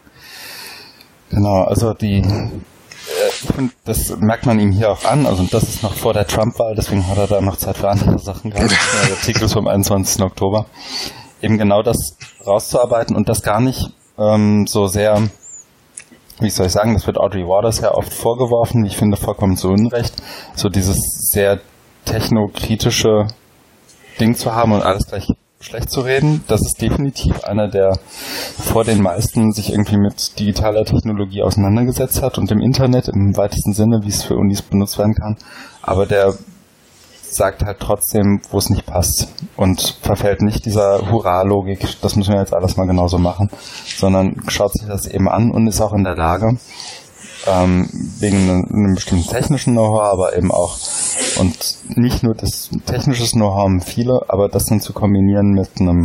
Genau, also ich finde, das merkt man ihm hier auch an, also das ist noch vor der Trump-Wahl, deswegen hat er da noch Zeit für andere Sachen gehabt. Der Artikel ist vom 21. Oktober. Eben genau das rauszuarbeiten und das gar nicht so sehr, wie soll ich sagen, das wird Audrey Waters ja oft vorgeworfen, ich finde vollkommen zu Unrecht, so dieses sehr technokritische Ding zu haben und alles gleich schlecht zu reden. Das ist definitiv einer, der vor den meisten sich irgendwie mit digitaler Technologie auseinandergesetzt hat und dem Internet im weitesten Sinne, wie es für Unis benutzt werden kann. Aber der sagt halt trotzdem, wo es nicht passt und verfällt nicht dieser Hurra-Logik, das müssen wir jetzt alles mal genauso machen, sondern schaut sich das eben an und ist auch in der Lage, wegen einem bestimmten technischen Know-how, aber eben auch, und nicht nur das technische Know-how haben viele, aber das dann zu kombinieren mit einem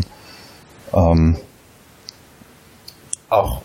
auch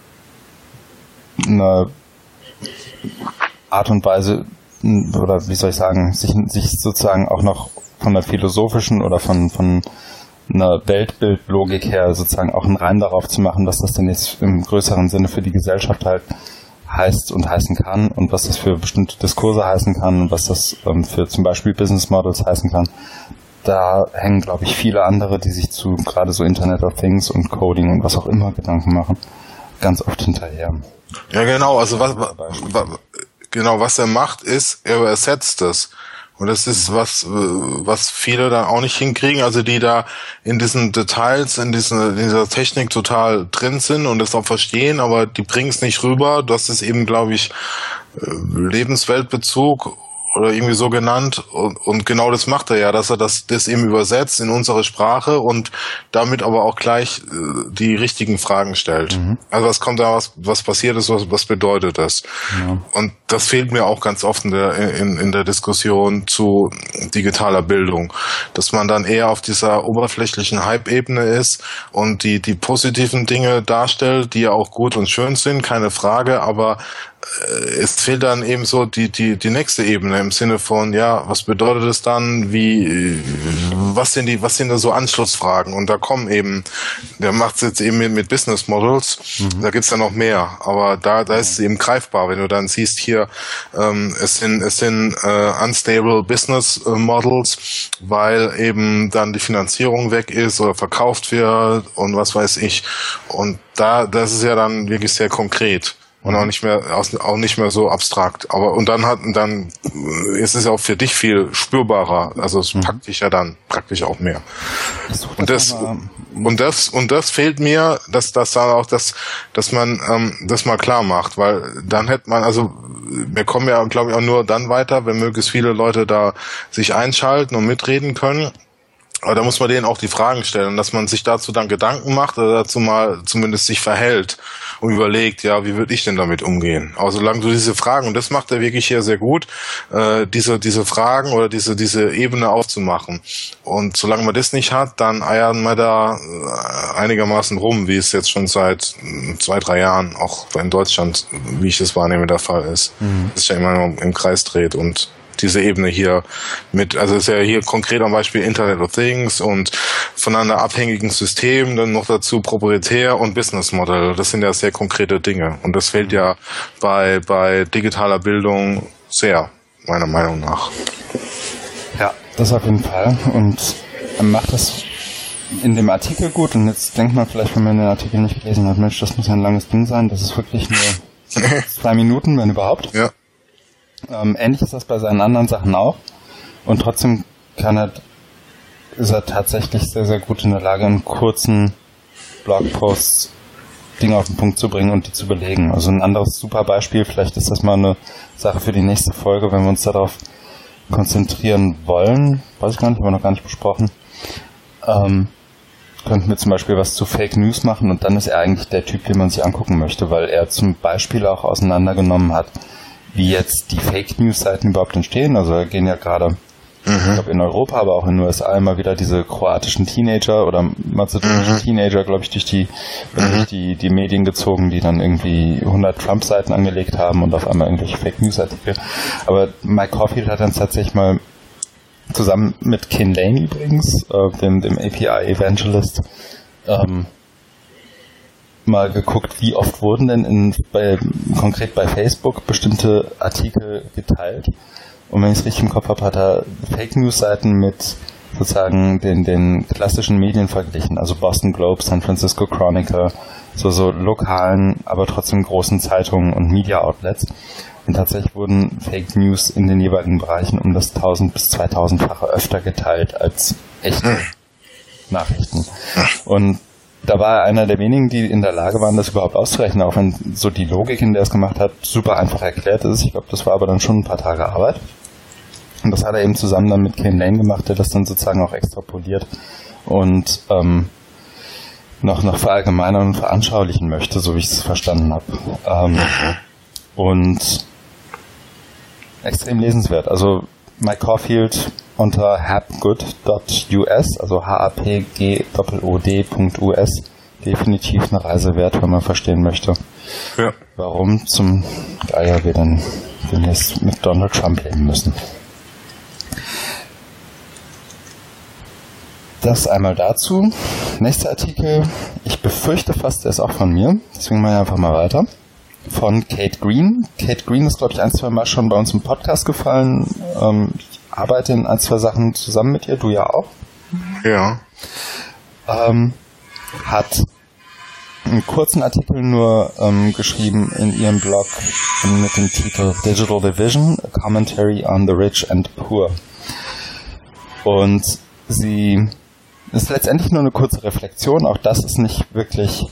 eine Art und Weise, oder wie soll ich sagen, sich sozusagen auch noch von der philosophischen oder von einer Weltbildlogik her sozusagen auch einen Reim darauf zu machen, was das denn jetzt im größeren Sinne für die Gesellschaft halt heißt und heißen kann und was das für bestimmte Diskurse heißen kann und was das für zum Beispiel Business Models heißen kann. Da hängen, glaube ich, viele andere, die sich zu gerade so Internet of Things und Coding und was auch immer Gedanken machen, ganz oft hinterher. Ja, genau, also was er macht, ist, er ersetzt es. Und das ist was viele dann auch nicht hinkriegen, also die da in diesen Details, in dieser Technik total drin sind und es auch verstehen, aber die bringen es nicht rüber. Das ist eben, glaube ich, Lebensweltbezug oder irgendwie so genannt. Und genau das macht er ja, dass er das eben übersetzt in unsere Sprache und damit aber auch gleich die richtigen Fragen stellt. Also was kommt da, was passiert ist, was bedeutet das? Ja. Und das fehlt mir auch ganz oft in der Diskussion zu digitaler Bildung, dass man dann eher auf dieser oberflächlichen Hype-Ebene ist und die positiven Dinge darstellt, die ja auch gut und schön sind, keine Frage, aber es fehlt dann eben so die nächste Ebene im Sinne von, ja, was bedeutet es dann, was sind da so Anschlussfragen? Und da kommen eben, der macht es jetzt eben mit Business Models, da gibt's dann noch mehr, aber da ist es eben greifbar, wenn du dann siehst hier, es sind unstable Business Models, weil eben dann die Finanzierung weg ist oder verkauft wird und was weiß ich. Und das ist ja dann wirklich sehr konkret. Und auch nicht mehr so abstrakt. Und dann ist es ja auch für dich viel spürbarer. Also es packt dich ja dann praktisch auch mehr. Und das Und das fehlt mir, dass man das mal klar macht, weil dann hätte man, also wir kommen ja, glaube ich, auch nur dann weiter, wenn möglichst viele Leute da sich einschalten und mitreden können. Aber da muss man denen auch die Fragen stellen, dass man sich dazu dann Gedanken macht oder dazu mal zumindest sich verhält und überlegt, ja, wie würde ich denn damit umgehen? Aber solange du diese Fragen, und das macht er wirklich hier sehr gut, diese Fragen oder diese Ebene aufzumachen. Und solange man das nicht hat, dann eiern wir da einigermaßen rum, wie es jetzt schon seit 2-3 Jahren auch in Deutschland, wie ich das wahrnehme, der Fall ist. Das ist ja immer noch im Kreis dreht und diese Ebene hier mit, also ist ja hier konkret am Beispiel Internet of Things und voneinander abhängigen Systemen, dann noch dazu proprietär und Business Model. Das sind ja sehr konkrete Dinge. Und das fehlt ja bei digitaler Bildung sehr, meiner Meinung nach. Ja, das auf jeden Fall. Und er macht das in dem Artikel gut. Und jetzt denkt man vielleicht, wenn man den Artikel nicht gelesen hat, Mensch, das muss ja ein langes Ding sein. Das ist wirklich nur 2 Minuten, wenn überhaupt. Ja. Ähnlich ist das bei seinen anderen Sachen auch. Und trotzdem ist er tatsächlich sehr, sehr gut in der Lage, in kurzen Blogposts Dinge auf den Punkt zu bringen und die zu belegen. Also ein anderes super Beispiel, vielleicht ist das mal eine Sache für die nächste Folge, wenn wir uns darauf konzentrieren wollen. Weiß ich gar nicht, haben wir noch gar nicht besprochen. Könnten wir zum Beispiel was zu Fake News machen und dann ist er eigentlich der Typ, den man sich angucken möchte, weil er zum Beispiel auch auseinandergenommen hat, wie jetzt die Fake-News-Seiten überhaupt entstehen. Also da gehen ja gerade, ich glaube in Europa, aber auch in den USA immer wieder diese kroatischen Teenager oder mazedonischen Teenager, glaube ich, durch die Medien gezogen, die dann irgendwie 100 Trump-Seiten angelegt haben und auf einmal irgendwelche Fake-News-Artikel. Aber Mike Caulfield hat dann tatsächlich mal zusammen mit Ken Lane übrigens, dem API-Evangelist, mal geguckt, wie oft wurden denn konkret bei Facebook bestimmte Artikel geteilt. Und wenn ich es richtig im Kopf habe, hat er Fake-News-Seiten mit sozusagen den klassischen Medien verglichen, also Boston Globe, San Francisco Chronicle, so lokalen, aber trotzdem großen Zeitungen und Media-Outlets. Und tatsächlich wurden Fake News in den jeweiligen Bereichen um das 1000 bis 2000-fache öfter geteilt als echte Nachrichten. Und da war er einer der wenigen, die in der Lage waren, das überhaupt auszurechnen, auch wenn so die Logik, in der er es gemacht hat, super einfach erklärt ist. Ich glaube, das war aber dann schon ein paar Tage Arbeit. Und das hat er eben zusammen dann mit Ken Lane gemacht, der das dann sozusagen auch extrapoliert und noch verallgemeinern und veranschaulichen möchte, so wie ich es verstanden habe. Und extrem lesenswert. Also Mike Caulfield unter hapgood.us, also hapgood.us, definitiv eine Reise wert, wenn man verstehen möchte, warum zum Geier wir dann demnächst mit Donald Trump leben müssen. Das einmal dazu. Nächster Artikel, ich befürchte fast, der ist auch von mir, deswegen mache ich einfach mal weiter. Von Kate Green. Kate Green ist, glaube ich, 1-2 Mal schon bei uns im Podcast gefallen. Ich arbeite in 1-2 Sachen zusammen mit ihr, du ja auch. Ja. Hat einen kurzen Artikel nur geschrieben in ihrem Blog mit dem Titel Digital Division, a Commentary on the Rich and Poor. Und sie ist letztendlich nur eine kurze Reflexion, auch das ist nicht wirklich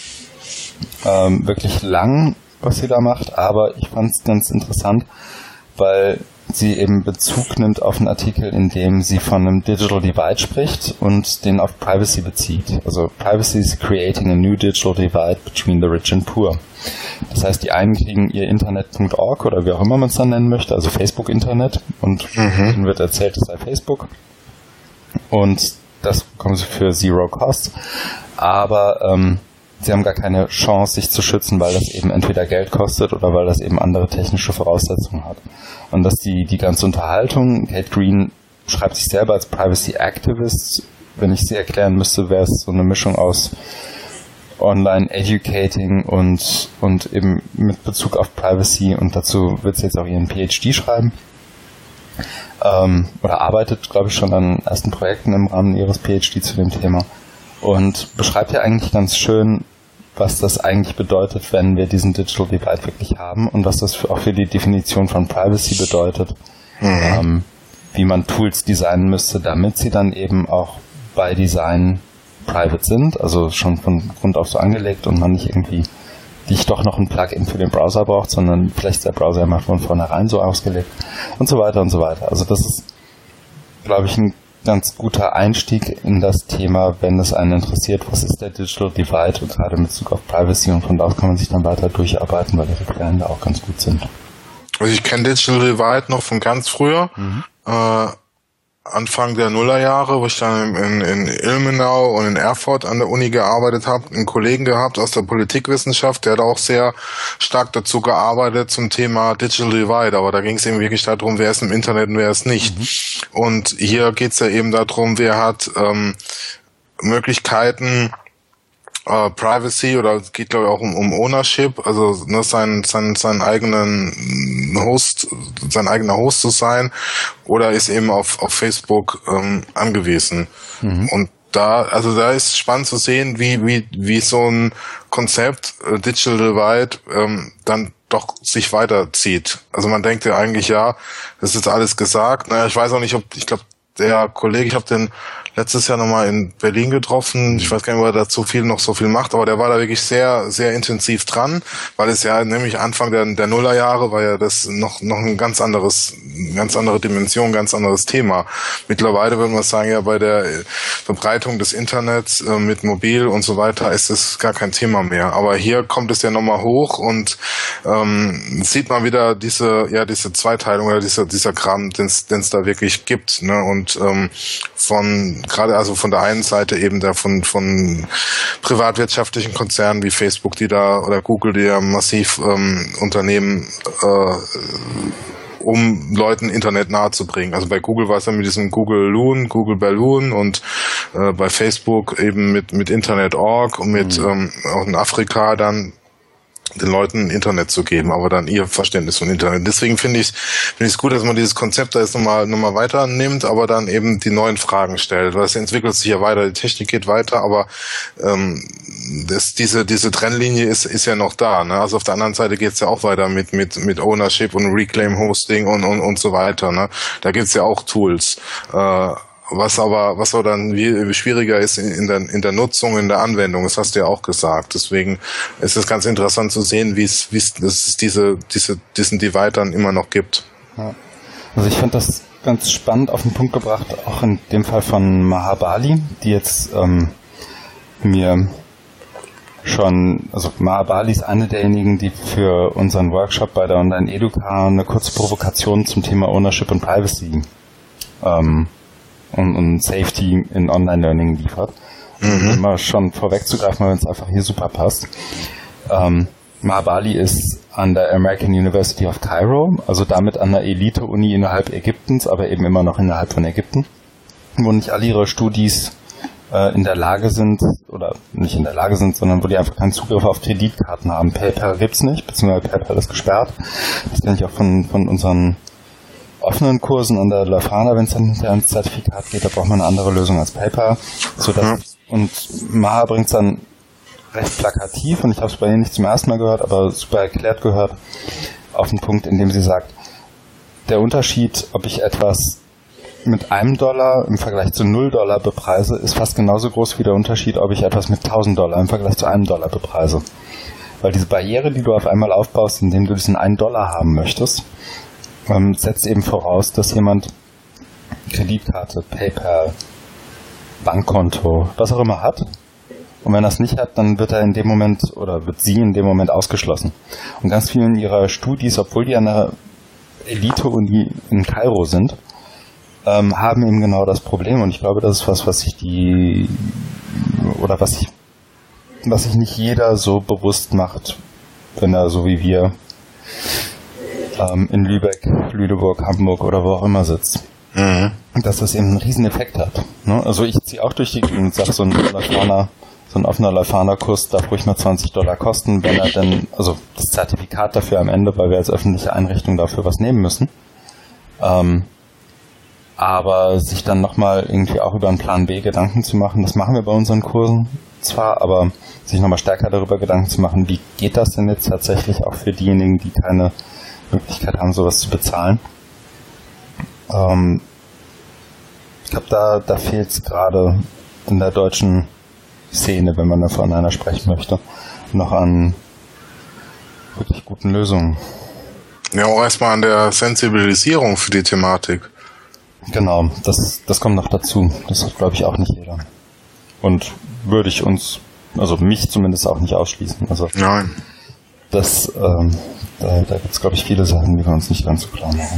lang, was sie da macht, aber ich fand es ganz interessant, weil sie eben Bezug nimmt auf einen Artikel, in dem sie von einem Digital Divide spricht und den auf Privacy bezieht. Also Privacy is creating a new digital divide between the rich and poor. Das heißt, die einen kriegen ihr Internet.org oder wie auch immer man es dann nennen möchte, also Facebook-Internet und ihnen wird erzählt, es sei Facebook und das bekommen sie für Zero Cost, aber sie haben gar keine Chance, sich zu schützen, weil das eben entweder Geld kostet oder weil das eben andere technische Voraussetzungen hat. Und dass die ganze Unterhaltung, Kate Green schreibt sich selber als Privacy Activist, wenn ich sie erklären müsste, wäre es so eine Mischung aus Online-Educating und eben mit Bezug auf Privacy und dazu wird sie jetzt auch ihren PhD schreiben. Oder arbeitet, glaube ich, schon an ersten Projekten im Rahmen ihres PhD zu dem Thema. Und beschreibt ja eigentlich ganz schön, was das eigentlich bedeutet, wenn wir diesen Digital Divide wirklich haben und was das auch für die Definition von Privacy bedeutet, wie man Tools designen müsste, damit sie dann eben auch bei Design private sind, also schon von Grund auf so angelegt und man nicht irgendwie nicht doch noch ein Plugin für den Browser braucht, sondern vielleicht ist der Browser immer von vornherein so ausgelegt und so weiter und so weiter. Also das ist, glaube ich, ein ganz guter Einstieg in das Thema, wenn es einen interessiert, was ist der Digital Divide und gerade mit Bezug auf Privacy, und von da aus kann man sich dann weiter durcharbeiten, weil ihre Quellen da auch ganz gut sind. Also ich kenne Digital Divide noch von ganz früher, Anfang der Nullerjahre, wo ich dann in Ilmenau und in Erfurt an der Uni gearbeitet habe, einen Kollegen gehabt aus der Politikwissenschaft, der hat auch sehr stark dazu gearbeitet zum Thema Digital Divide, aber da ging es eben wirklich darum, wer ist im Internet und wer ist nicht. Und hier geht es ja eben darum, wer hat Möglichkeiten, Privacy, oder es geht glaube ich auch um Ownership, also ne, seinen eigenen Host, sein eigener Host zu sein, oder ist eben auf Facebook angewiesen. Und da ist spannend zu sehen, wie so ein Konzept Digital Divide dann doch sich weiterzieht. Also man denkt ja eigentlich, ja, das ist alles gesagt. Naja, ich weiß auch nicht, ich glaube, der Kollege, ich habe den letztes Jahr nochmal in Berlin getroffen. Ich weiß gar nicht, ob er da so viel macht, aber der war da wirklich sehr, sehr intensiv dran, weil es ja nämlich Anfang der Nullerjahre war ja das noch ein ganz andere Dimension, ganz anderes Thema. Mittlerweile würde man sagen, ja, bei der Verbreitung des Internets mit Mobil und so weiter ist es gar kein Thema mehr. Aber hier kommt es ja nochmal hoch und sieht man wieder diese Zweiteilung oder dieser Kram, den es da wirklich gibt, ne? Und von der einen Seite eben da von privatwirtschaftlichen Konzernen wie Facebook, die da, oder Google, die ja massiv Unternehmen um Leuten Internet nahe zu bringen. Also bei Google war es dann mit diesem Google Balloon und bei Facebook eben mit Internet.org und mit auch in Afrika dann den Leuten Internet zu geben, aber dann ihr Verständnis von Internet. Deswegen finde ich es gut, dass man dieses Konzept da jetzt nochmal weiter nimmt, aber dann eben die neuen Fragen stellt, weil es entwickelt sich ja weiter, die Technik geht weiter, aber diese Trennlinie ist ja noch da, ne? Also auf der anderen Seite geht's ja auch weiter mit Ownership und Reclaim Hosting und so weiter, ne? Da gibt's ja auch Tools. Was aber dann schwieriger ist in der Nutzung, in der Anwendung, das hast du ja auch gesagt. Deswegen ist es ganz interessant zu sehen, wie es diesen Divide dann immer noch gibt. Ja. Also ich fand das ganz spannend auf den Punkt gebracht, auch in dem Fall von Mahabali, die jetzt mir schon, also Mahabali ist eine derjenigen, die für unseren Workshop bei der Online Educa eine kurze Provokation zum Thema Ownership und Privacy und Safety in Online-Learning liefert. Immer schon vorwegzugreifen, weil es einfach hier super passt. Mahabali ist an der American University of Cairo, also damit an der Elite-Uni innerhalb Ägyptens, aber eben immer noch innerhalb von Ägypten, wo nicht alle ihre Studis in der Lage sind, oder nicht in der Lage sind, sondern wo die einfach keinen Zugriff auf Kreditkarten haben. PayPal gibt's nicht, beziehungsweise PayPal ist gesperrt. Das kenne ich auch von unseren offenen Kursen an der Leuphana, wenn es dann hinterher ins Zertifikat geht, da braucht man eine andere Lösung als PayPal. Und Maha bringt es dann recht plakativ, und ich habe es bei ihr nicht zum ersten Mal gehört, aber super erklärt gehört, auf den Punkt, in dem sie sagt, der Unterschied, ob ich etwas mit $1 im Vergleich zu $0 bepreise, ist fast genauso groß wie der Unterschied, ob ich etwas mit $1.000 im Vergleich zu $1 bepreise. Weil diese Barriere, die du auf einmal aufbaust, indem du diesen $1 haben möchtest, setzt eben voraus, dass jemand Kreditkarte, PayPal, Bankkonto, was auch immer hat. Und wenn er es nicht hat, dann wird er in dem Moment oder wird sie in dem Moment ausgeschlossen. Und ganz vielen ihrer Studis, obwohl die an der Elite-Uni in Kairo sind, haben eben genau das Problem. Und ich glaube, das ist was sich nicht jeder so bewusst macht, wenn er so wie wir in Lübeck, Lüneburg, Hamburg oder wo auch immer sitzt. Dass das eben einen riesen Effekt hat. Ne? Also ich ziehe auch durch die Gegend und sage, so ein offener Leuphana-Kurs darf ruhig mal $20 kosten, wenn er denn, also das Zertifikat dafür am Ende, weil wir als öffentliche Einrichtung dafür was nehmen müssen. Aber sich dann nochmal irgendwie auch über einen Plan B Gedanken zu machen, das machen wir bei unseren Kursen zwar, aber sich nochmal stärker darüber Gedanken zu machen, wie geht das denn jetzt tatsächlich auch für diejenigen, die keine Möglichkeit haben, sowas zu bezahlen. Ich glaube, da fehlt es gerade in der deutschen Szene, wenn man da voneinander sprechen möchte, noch an wirklich guten Lösungen. Ja, auch erstmal an der Sensibilisierung für die Thematik. Genau, das kommt noch dazu. Das hat, glaube ich, auch nicht jeder. Und würde ich mich zumindest auch nicht ausschließen. Also nein. Da gibt es, glaube ich, viele Sachen, die wir uns nicht ganz so klar machen.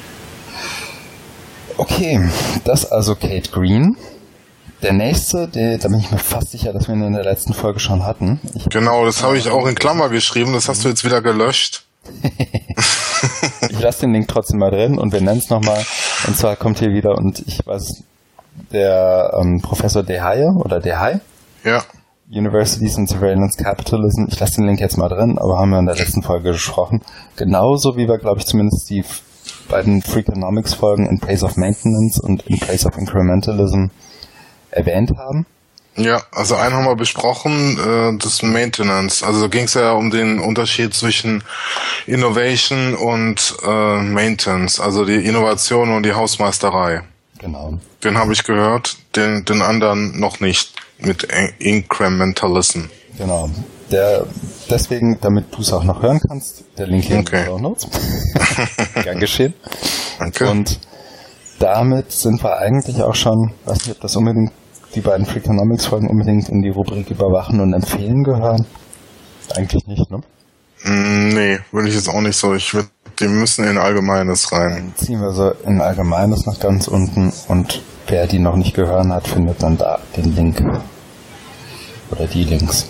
Okay, das also Kate Green. Der nächste, da bin ich mir fast sicher, dass wir ihn in der letzten Folge schon hatten. Genau, das habe ich auch in Klammer geschrieben, das hast du jetzt wieder gelöscht. Ich lasse den Link trotzdem mal drin und wir nennen es nochmal. Und zwar kommt hier wieder, und ich weiß, der Professor DeHaye oder DeHaye. Ja. Universities and Surveillance Capitalism. Ich lasse den Link jetzt mal drin, aber haben wir in der letzten Folge gesprochen. Genauso wie wir, glaube ich, zumindest die beiden Freakonomics-Folgen In Place of Maintenance und In Place of Incrementalism erwähnt haben. Ja, also einen haben wir besprochen, das Maintenance. Also da ging es ja um den Unterschied zwischen Innovation und Maintenance, also die Innovation und die Hausmeisterei. Genau. Den habe ich gehört, den anderen noch nicht, mit Incrementalism. Genau. Deswegen, damit du es auch noch hören kannst, der Link hier in den Show Notes. Gern geschehen. Danke. Und damit sind wir eigentlich auch schon, weiß nicht, ob das unbedingt die beiden Freakonomics-Folgen unbedingt in die Rubrik Überwachen und Empfehlen gehören. Eigentlich nicht, ne? Nee, würde ich jetzt auch nicht so. Die müssen in Allgemeines rein. Dann ziehen wir so in Allgemeines nach ganz unten, und wer die noch nicht gehört hat, findet dann da den Link. Oder die Links.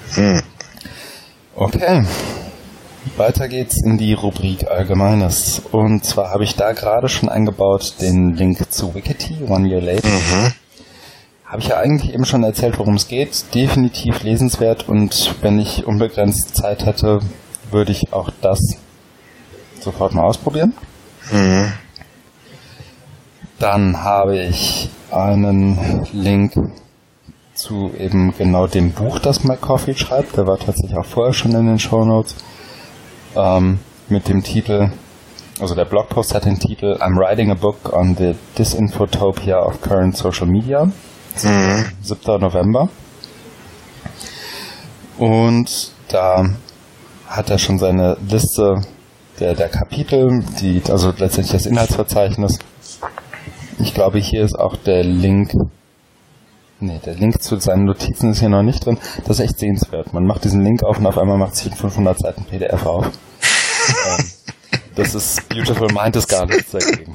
Okay. Weiter geht's in die Rubrik Allgemeines. Und zwar habe ich da gerade schon eingebaut den Link zu Wikity, One Year Late. Habe ich ja eigentlich eben schon erzählt, worum es geht. Definitiv lesenswert, und wenn ich unbegrenzt Zeit hätte, würde ich auch das sofort mal ausprobieren. Dann habe ich einen Link zu eben genau dem Buch, das Mike Caulfield schreibt. Der war tatsächlich auch vorher schon in den Shownotes. Mit dem Titel, also der Blogpost hat den Titel I'm writing a book on the disinfotopia of current social media. 7. November. Und da hat er schon seine Liste der Kapitel, also letztendlich das Inhaltsverzeichnis. Ich glaube, hier ist auch der Link. Der Link zu seinen Notizen ist hier noch nicht drin. Das ist echt sehenswert. Man macht diesen Link auf und auf einmal macht sich ein 500 Seiten PDF auf. Das ist Beautiful Mind ist gar nichts dagegen.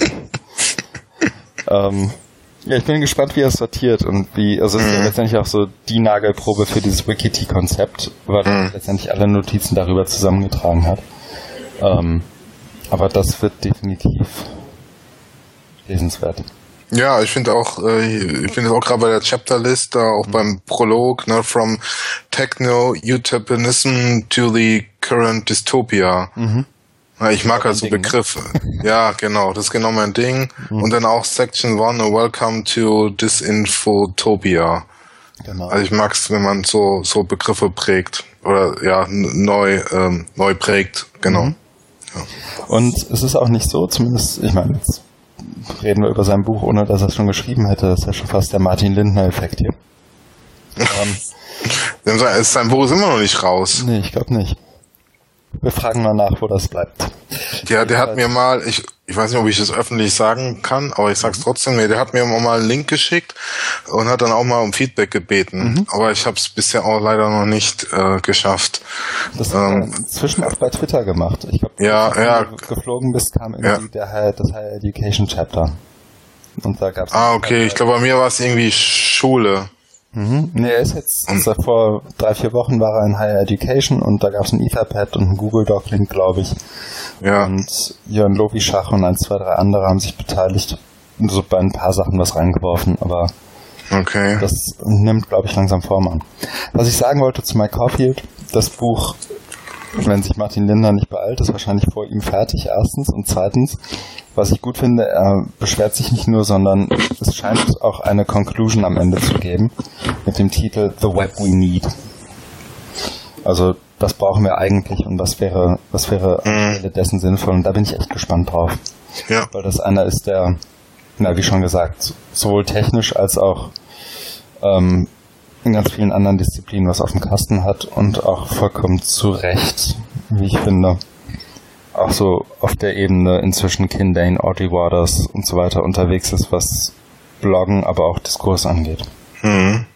Ja, ich bin gespannt, wie er es sortiert und also es ist ja letztendlich auch so die Nagelprobe für dieses Wikity-Konzept, weil er letztendlich alle Notizen darüber zusammengetragen hat. Aber das wird definitiv lesenswert. Ja, ich finde auch gerade bei der Chapterlist, auch beim Prolog, ne, from Techno-Utopianism to the current dystopia. Ja, ich mag halt so Begriffe. Ne? Ja, genau, das ist genau mein Ding. Und dann auch Section 1, Welcome to Disinfotopia. Genau. Also ich mag's, wenn man so Begriffe prägt oder ja neu prägt, genau. Ja. Und es ist auch nicht so, zumindest, ich meine, jetzt reden wir über sein Buch, ohne dass er es schon geschrieben hätte. Das ist ja schon fast der Martin Lindner-Effekt hier. Sein Buch ist immer noch nicht raus. Nee, ich glaube nicht. Wir fragen mal nach, wo das bleibt. Ja, der hat mir mal, ich weiß nicht, ob ich das öffentlich sagen kann, aber ich sag's trotzdem, der hat mir mal einen Link geschickt und hat dann auch mal um Feedback gebeten. Aber ich habe es bisher auch leider noch nicht geschafft. Das hat er inzwischen auch bei Twitter gemacht. Ich glaube, als du geflogen bist, kam irgendwie das Higher Education Chapter. Und da gab's okay, ich glaube, bei mir war es irgendwie Schule. Nee, er ist jetzt, vor 3-4 Wochen war er in Higher Education und da gab es ein Etherpad und einen Google Doc-Link, glaube ich. Ja. Und Jörn Lovischach und 1, 2, 3 andere haben sich beteiligt und so bei ein paar Sachen was reingeworfen, aber das nimmt, glaube ich, langsam Form an. Was ich sagen wollte zu Mike Caulfield, das Buch, wenn sich Martin Lindner nicht beeilt, ist wahrscheinlich vor ihm fertig, erstens. Und zweitens, was ich gut finde, er beschwert sich nicht nur, sondern es scheint auch eine Conclusion am Ende zu geben mit dem Titel The Web We Need. Also das brauchen wir eigentlich und was wäre anstelle dessen sinnvoll, und da bin ich echt gespannt drauf. Ja. Weil das einer ist, der, wie schon gesagt, sowohl technisch als auch in ganz vielen anderen Disziplinen was auf dem Kasten hat und auch vollkommen zu Recht, wie ich finde, auch so auf der Ebene inzwischen Kindane, Audrey Waters und so weiter unterwegs ist, was Bloggen, aber auch Diskurs angeht. Mhm.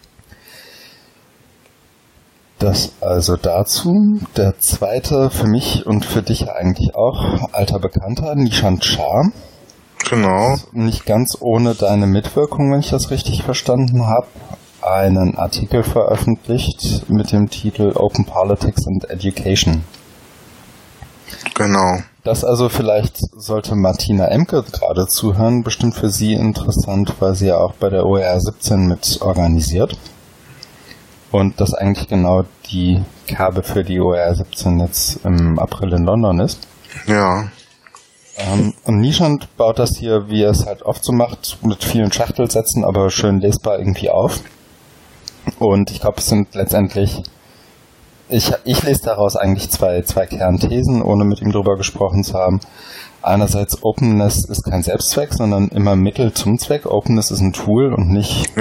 Das also dazu. Der zweite, für mich und für dich ja eigentlich auch, alter Bekannter, Nishant Shah. Genau. Nicht ganz ohne deine Mitwirkung, wenn ich das richtig verstanden habe, einen Artikel veröffentlicht mit dem Titel Open Politics and Education. Genau. Das also vielleicht sollte Martina Emke gerade zuhören, bestimmt für sie interessant, weil sie ja auch bei der OER 17 mit organisiert. Und das eigentlich genau die Kerbe für die OER 17 jetzt im April in London ist. Ja. Und Nishant baut das hier, wie er es halt oft so macht, mit vielen Schachtelsätzen, aber schön lesbar irgendwie auf. Und ich glaube, es sind letztendlich, ich lese daraus eigentlich zwei Kernthesen, ohne mit ihm drüber gesprochen zu haben. Einerseits, Openness ist kein Selbstzweck, sondern immer Mittel zum Zweck. Openness ist ein Tool und nicht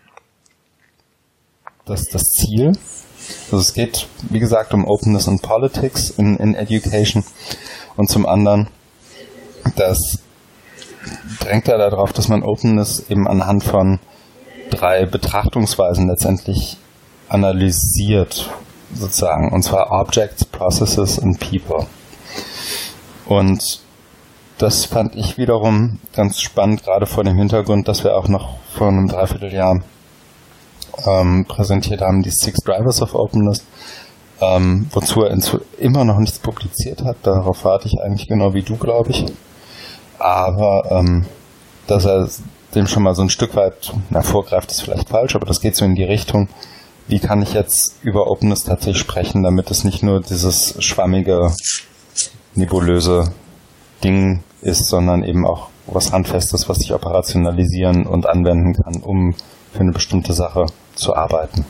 das Ziel. Also es geht, wie gesagt, um Openness und Politics in Education. Und zum anderen, das drängt er darauf, dass man Openness eben anhand von 3 Betrachtungsweisen letztendlich analysiert, sozusagen. Und zwar Objects, Processes und People. Und das fand ich wiederum ganz spannend, gerade vor dem Hintergrund, dass wir auch noch vor einem Dreivierteljahr präsentiert haben, die 6 Drivers of Openness, wozu er immer noch nichts publiziert hat. Darauf warte ich eigentlich genau wie du, glaube ich. Aber dass er dem schon mal so ein Stück weit, vorgreift ist vielleicht falsch, aber das geht so in die Richtung, wie kann ich jetzt über Openness tatsächlich sprechen, damit es nicht nur dieses schwammige, nebulöse Ding ist, sondern eben auch was Handfestes, was ich operationalisieren und anwenden kann, um für eine bestimmte Sache zu arbeiten.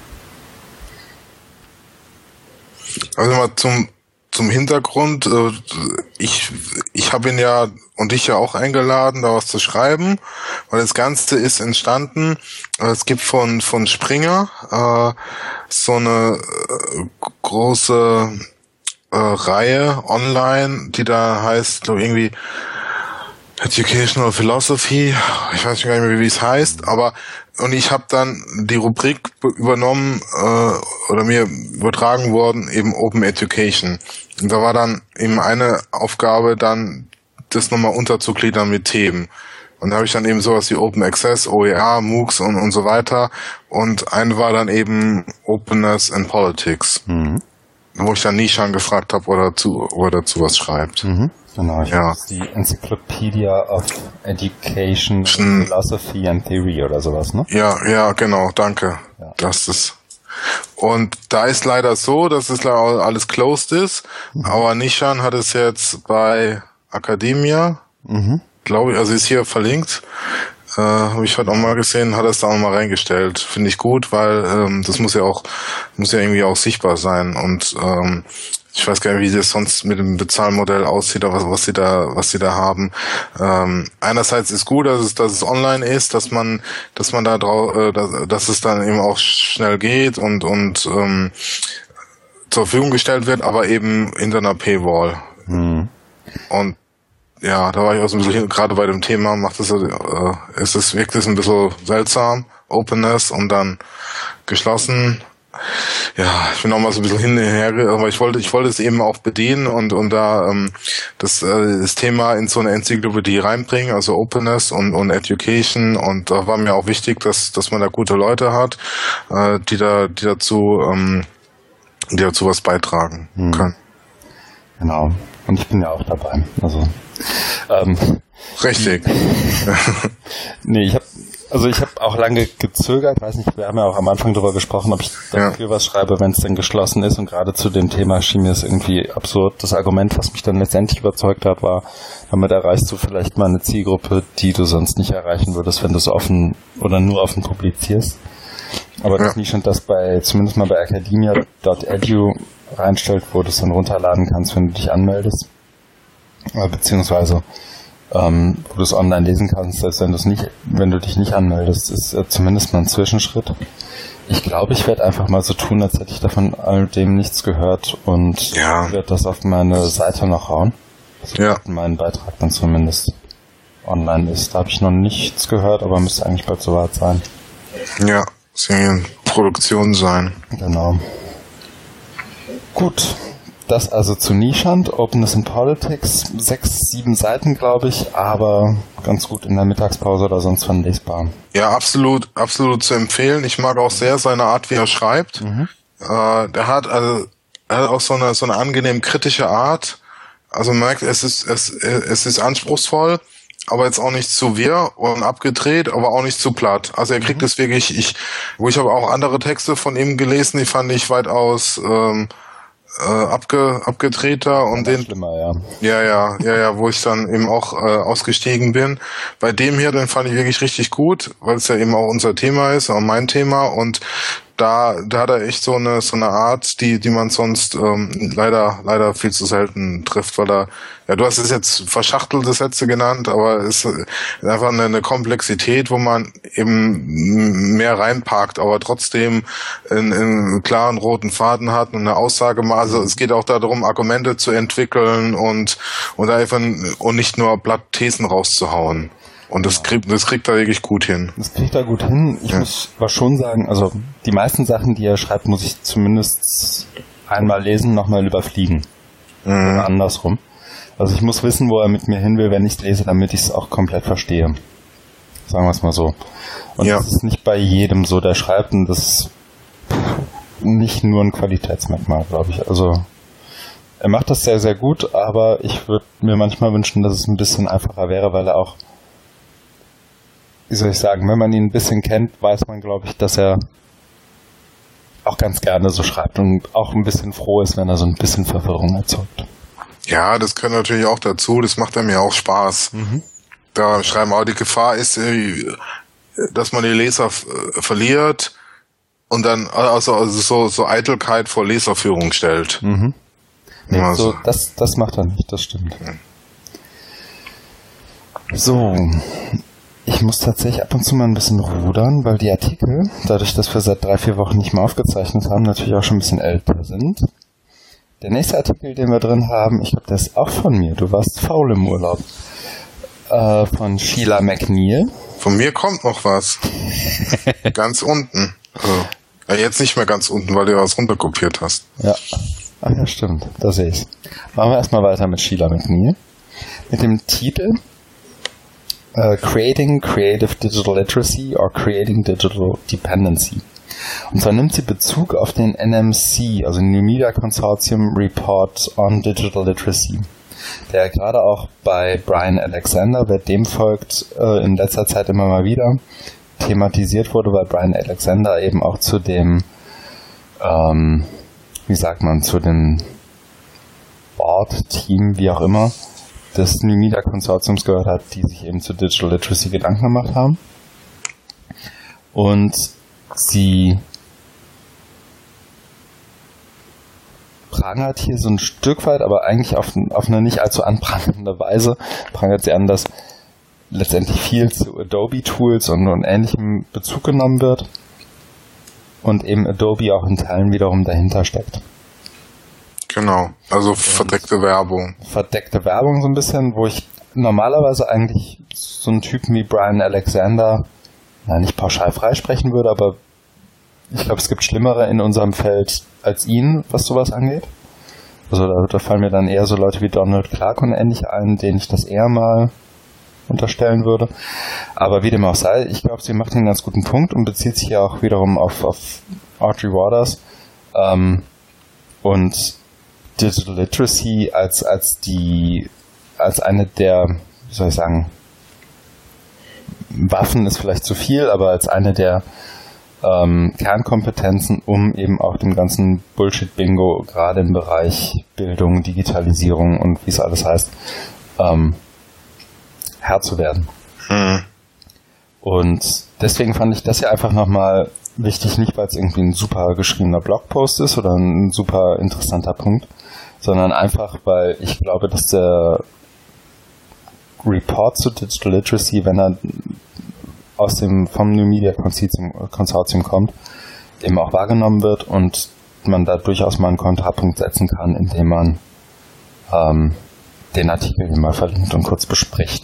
Also mal zum Hintergrund. Ich habe ihn ja und dich ja auch eingeladen, da was zu schreiben, weil das Ganze ist entstanden. Es gibt von Springer so eine große Reihe online, die da heißt, so irgendwie Educational Philosophy, ich weiß gar nicht mehr, wie es heißt, aber und ich habe dann die Rubrik übernommen oder mir übertragen worden, eben Open Education. Und da war dann eben eine Aufgabe, dann das nochmal unterzugliedern mit Themen. Und da habe ich dann eben sowas wie Open Access, OER, MOOCs und so weiter. Und eine war dann eben Openness and Politics. Mhm. Wo ich dann Nishant gefragt habe, ob er dazu was schreibt. Mhm. Genau, ich habe die Encyclopedia of Education, Philosophy and Theory oder sowas, ne? Ja, genau, danke. Ja. Das ist. Und da ist leider so, dass es alles closed ist, aber Nishant hat es jetzt bei Academia, glaube ich, also ist hier verlinkt, habe ich heute auch mal gesehen, hat er es da auch mal reingestellt. Finde ich gut, weil das muss ja irgendwie auch sichtbar sein und ich weiß gar nicht, wie das sonst mit dem Bezahlmodell aussieht, aber was sie da haben. Einerseits ist gut, dass es online ist, dass man da drauf, dass es dann eben auch schnell geht und zur Verfügung gestellt wird, aber eben hinter einer Paywall. Mhm. Und ja, da war ich auch so ein bisschen, gerade bei dem Thema, wirkt es ein bisschen seltsam, Openness und dann geschlossen. Ja, ich bin auch mal so ein bisschen hinterher, aber ich wollte es eben auch bedienen und da das Thema in so eine Enzyklopädie reinbringen, also Openness und Education, und da war mir auch wichtig, dass man da gute Leute hat, die dazu was beitragen können. Genau. Und ich bin ja auch dabei. Also richtig. Nee, ich habe auch lange gezögert, weiß nicht, wir haben ja auch am Anfang darüber gesprochen, ob ich dafür was schreibe, wenn es denn geschlossen ist, und gerade zu dem Thema schien mir es irgendwie absurd. Das Argument, was mich dann letztendlich überzeugt hat, war, damit erreichst du vielleicht mal eine Zielgruppe, die du sonst nicht erreichen würdest, wenn du es offen oder nur offen publizierst. Aber das nicht schon das zumindest mal bei academia.edu reinstellt, wo du es dann runterladen kannst, wenn du dich anmeldest. Beziehungsweise wo du es online lesen kannst, selbst wenn du dich nicht anmeldest, ist zumindest mal ein Zwischenschritt. Ich glaube, ich werde einfach mal so tun, als hätte ich davon all dem nichts gehört und werde das auf meine Seite noch hauen. Also meinen Beitrag dann zumindest online ist. Da habe ich noch nichts gehört, aber müsste eigentlich bald soweit sein. Ja, es soll in Produktion sein. Genau. Gut. Das also zu Nishant, Openness in Politics, 6-7 Seiten, glaube ich, aber ganz gut in der Mittagspause oder sonst wann lesbar. Ja, absolut zu empfehlen. Ich mag auch sehr seine Art, wie er schreibt. Der hat auch so eine angenehm kritische Art. Also man merkt, es ist anspruchsvoll, aber jetzt auch nicht zu wirr und abgedreht, aber auch nicht zu platt. Also er kriegt es wirklich, ich habe auch andere Texte von ihm gelesen, die fand ich weitaus abgedrehter und den schlimmer, ja, wo ich dann eben auch ausgestiegen bin. Bei dem hier, den fand ich wirklich richtig gut, weil es ja eben auch unser Thema ist, auch mein Thema, und da hat er echt so eine Art, die man sonst leider viel zu selten trifft, weil du hast es jetzt verschachtelte Sätze genannt, aber es ist einfach eine Komplexität, wo man eben mehr reinpackt, aber trotzdem einen klaren roten Faden hat und eine Aussage mal. Also es geht auch darum, Argumente zu entwickeln und einfach und nicht nur platt Thesen rauszuhauen. Und das kriegt er wirklich gut hin. Das kriegt er gut hin. Ich muss aber schon sagen, also die meisten Sachen, die er schreibt, muss ich zumindest einmal lesen, nochmal überfliegen. Oder andersrum. Also ich muss wissen, wo er mit mir hin will, wenn ich es lese, damit ich es auch komplett verstehe. Sagen wir es mal so. Und das ist nicht bei jedem so, der schreibt, und das ist nicht nur ein Qualitätsmerkmal, glaube ich. Also er macht das sehr, sehr gut, aber ich würde mir manchmal wünschen, dass es ein bisschen einfacher wäre, weil er auch, wie soll ich sagen, wenn man ihn ein bisschen kennt, weiß man, glaube ich, dass er auch ganz gerne so schreibt und auch ein bisschen froh ist, wenn er so ein bisschen Verwirrung erzeugt. Ja, das gehört natürlich auch dazu, das macht mir auch Spaß. Da schreiben auch, die Gefahr ist, dass man die Leser verliert und dann also so Eitelkeit vor Leserführung stellt. Nee, also. Das macht er nicht, das stimmt. So, ich muss tatsächlich ab und zu mal ein bisschen rudern, weil die Artikel, dadurch, dass wir seit 3-4 Wochen nicht mehr aufgezeichnet haben, natürlich auch schon ein bisschen älter sind. Der nächste Artikel, den wir drin haben, ich glaube, der ist auch von mir. Du warst faul im Urlaub. Von Sheila McNeil. Von mir kommt noch was. Ganz unten. Ja, jetzt nicht mehr ganz unten, weil du was runterkopiert hast. Ja. Ach ja, stimmt. Da sehe ich's. Machen wir erstmal weiter mit Sheila McNeil. Mit dem Titel Creating Creative Digital Literacy or Creating Digital Dependency. Und zwar nimmt sie Bezug auf den NMC, also New Media Consortium Report on Digital Literacy, der gerade auch bei Brian Alexander, wer dem folgt, in letzter Zeit immer mal wieder thematisiert wurde, weil Brian Alexander eben auch zu dem, zu dem Board-Team, wie auch immer, des New Media Konsortiums gehört hat, die sich eben zu Digital Literacy Gedanken gemacht haben. Und sie prangert hier so ein Stück weit, aber eigentlich auf eine nicht allzu anprangende Weise, prangert sie an, dass letztendlich viel zu Adobe-Tools und ähnlichem Bezug genommen wird und eben Adobe auch in Teilen wiederum dahinter steckt. Genau, also verdeckte Werbung. Verdeckte Werbung so ein bisschen, wo ich normalerweise eigentlich so einen Typen wie Brian Alexander nicht pauschal freisprechen würde, aber ich glaube, es gibt Schlimmere in unserem Feld als ihn, was sowas angeht. Also da fallen mir dann eher so Leute wie Donald Clark und ähnliche ein, denen ich das eher mal unterstellen würde. Aber wie dem auch sei, ich glaube, sie macht einen ganz guten Punkt und bezieht sich ja auch wiederum auf Audrey Waters und Digital Literacy als eine der, wie soll ich sagen, Waffen ist vielleicht zu viel, aber als eine der Kernkompetenzen, um eben auch dem ganzen Bullshit-Bingo, gerade im Bereich Bildung, Digitalisierung und wie es alles heißt, Herr zu werden. Und deswegen fand ich das ja einfach nochmal wichtig, nicht weil es irgendwie ein super geschriebener Blogpost ist oder ein super interessanter Punkt, sondern einfach, weil ich glaube, dass der Report zu Digital Literacy, wenn er vom New Media Consortium kommt, eben auch wahrgenommen wird und man da durchaus mal einen Kontrapunkt setzen kann, indem man den Artikel mal verlinkt und kurz bespricht.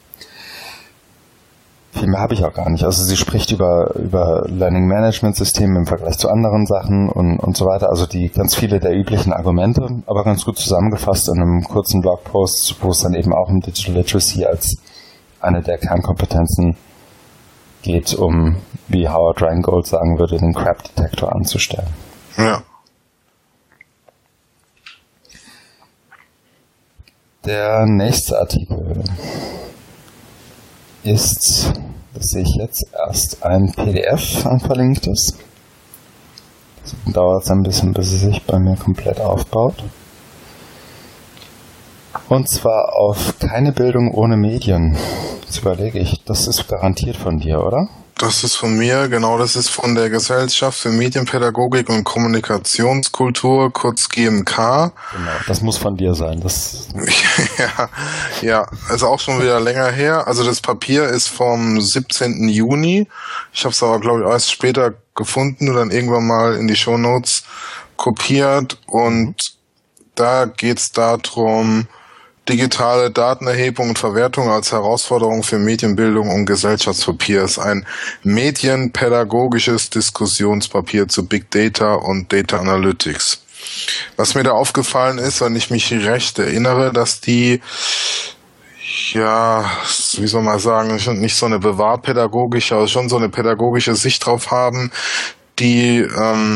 Viel mehr habe ich auch gar nicht. Also sie spricht über Learning Management Systeme im Vergleich zu anderen Sachen und so weiter. Also die ganz viele der üblichen Argumente, aber ganz gut zusammengefasst in einem kurzen Blogpost, wo es dann eben auch um Digital Literacy als eine der Kernkompetenzen geht, um, wie Howard Rheingold sagen würde, den Crap-Detektor anzustellen. Ja. Der nächste Artikel ist, das sehe ich jetzt, erst ein PDF, ein verlinktes. Das dauert ein bisschen, bis es sich bei mir komplett aufbaut. Und zwar auf keine Bildung ohne Medien. Jetzt überlege ich, das ist garantiert von dir, oder? Das ist von mir, genau, das ist von der Gesellschaft für Medienpädagogik und Kommunikationskultur, kurz GMK. Genau, das muss von dir sein. Das ja, ist auch schon wieder länger her. Also das Papier ist vom 17. Juni. Ich habe es aber, glaube ich, erst später gefunden und dann irgendwann mal in die Shownotes kopiert. Und da geht's darum, digitale Datenerhebung und Verwertung als Herausforderung für Medienbildung und Gesellschaftspapier ist ein medienpädagogisches Diskussionspapier zu Big Data und Data Analytics. Was mir da aufgefallen ist, wenn ich mich recht erinnere, dass die, ja, wie soll man sagen, nicht so eine bewahrpädagogische, aber schon so eine pädagogische Sicht drauf haben, die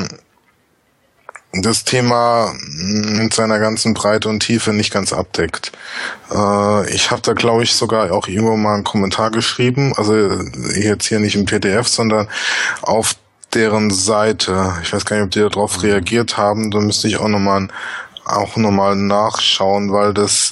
das Thema in seiner ganzen Breite und Tiefe nicht ganz abdeckt. Ich habe da, glaube ich, sogar auch irgendwo mal einen Kommentar geschrieben, also jetzt hier nicht im PDF, sondern auf deren Seite. Ich weiß gar nicht, ob die darauf reagiert haben, da müsste ich auch nochmal nachschauen, weil das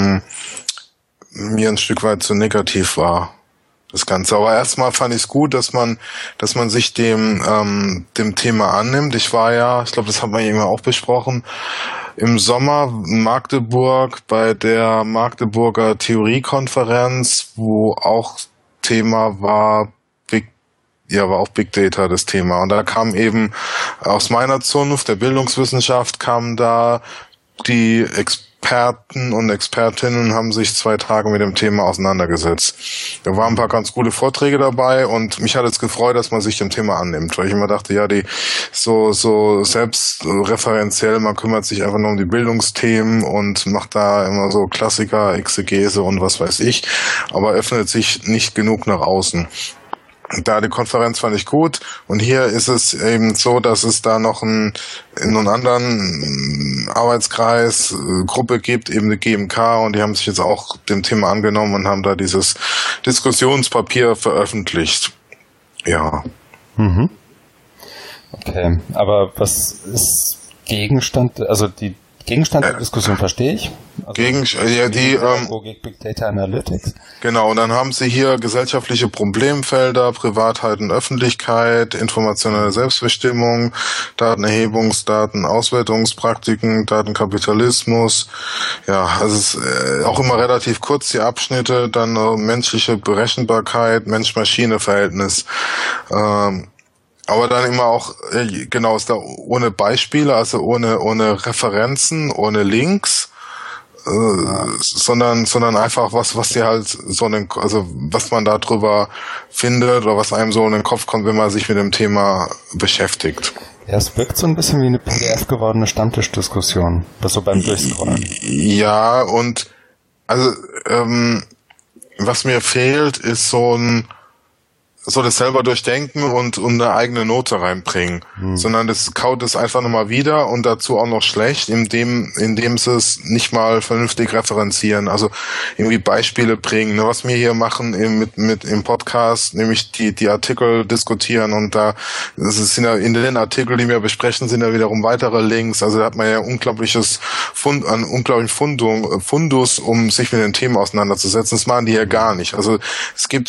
mir ein Stück weit zu negativ war. Das Ganze. Aber erstmal fand ich es gut, dass man sich dem Thema annimmt. Ich glaube, das haben wir irgendwann auch besprochen, im Sommer in Magdeburg bei der Magdeburger Theoriekonferenz, wo auch Thema war, war auch Big Data das Thema. Und da kam eben aus meiner Zunft der Bildungswissenschaft kamen da die Experten und Expertinnen haben sich 2 Tage mit dem Thema auseinandergesetzt. Da waren ein paar ganz gute Vorträge dabei und mich hat es gefreut, dass man sich dem Thema annimmt, weil ich immer dachte, ja, die so selbstreferenziell, man kümmert sich einfach nur um die Bildungsthemen und macht da immer so Klassiker, Exegese und was weiß ich, aber öffnet sich nicht genug nach außen. Da die Konferenz fand ich gut und hier ist es eben so, dass es da noch in einem anderen Arbeitskreis Gruppe gibt, eben die GMK, und die haben sich jetzt auch dem Thema angenommen und haben da dieses Diskussionspapier veröffentlicht. Ja. Mhm. Okay, aber was ist Gegenstand, also die Gegenstand der Diskussion verstehe ich. Also Big Data Analytics. Genau, und dann haben sie hier gesellschaftliche Problemfelder, Privatheit und Öffentlichkeit, informationelle Selbstbestimmung, Datenerhebungsdaten, Auswertungspraktiken, Datenkapitalismus. Ja, also es ist auch immer relativ kurz die Abschnitte, dann menschliche Berechenbarkeit, Mensch-Maschine-Verhältnis. Aber dann immer auch, genau, ist da ohne Beispiele, also ohne Referenzen, ohne Links, sondern einfach was dir halt also was man da drüber findet oder was einem so in den Kopf kommt, wenn man sich mit dem Thema beschäftigt. Ja, es wirkt so ein bisschen wie eine PDF gewordene Stammtischdiskussion, das so beim Durchscrollen. Ja, und also was mir fehlt, ist so das selber durchdenken und eine eigene Note reinbringen, sondern das kaut es einfach nochmal wieder und dazu auch noch schlecht, indem sie es nicht mal vernünftig referenzieren, also irgendwie Beispiele bringen, ne, was wir hier machen im Podcast, nämlich die Artikel diskutieren, und da sind ja in den Artikeln, die wir besprechen, sind ja wiederum weitere Links, also da hat man ja unglaublichen Fundus, um sich mit den Themen auseinanderzusetzen. Das machen die ja gar nicht. Also es gibt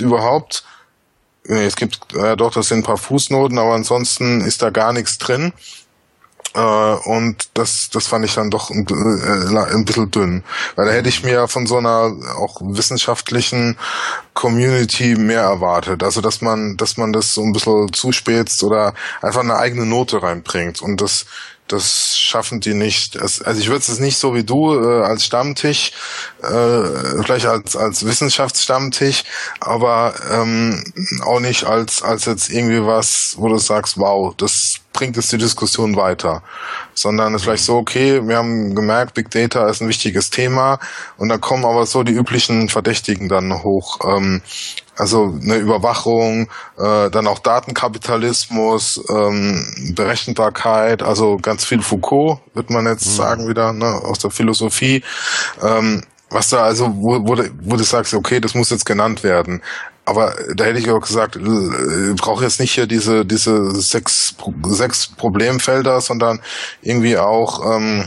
das sind ein paar Fußnoten, aber ansonsten ist da gar nichts drin. Und das fand ich dann doch ein bisschen dünn. Weil da hätte ich mir von so einer auch wissenschaftlichen Community mehr erwartet. Also, dass man das so ein bisschen zuspitzt oder einfach eine eigene Note reinbringt. Und das schaffen die nicht. Also ich würde es nicht so wie du als Stammtisch, vielleicht als Wissenschaftsstammtisch, aber auch nicht als jetzt irgendwie was, wo du sagst, wow, das bringt jetzt die Diskussion weiter. Sondern es ist vielleicht so, okay, wir haben gemerkt, Big Data ist ein wichtiges Thema und dann kommen aber so die üblichen Verdächtigen dann hoch. Also eine Überwachung, dann auch Datenkapitalismus, Berechenbarkeit, also ganz viel Foucault, wird man jetzt sagen wieder, ne, aus der Philosophie. Was da also, wo du sagst, okay, das muss jetzt genannt werden. Aber da hätte ich auch gesagt, ich brauche jetzt nicht hier diese 6 Problemfelder, sondern irgendwie auch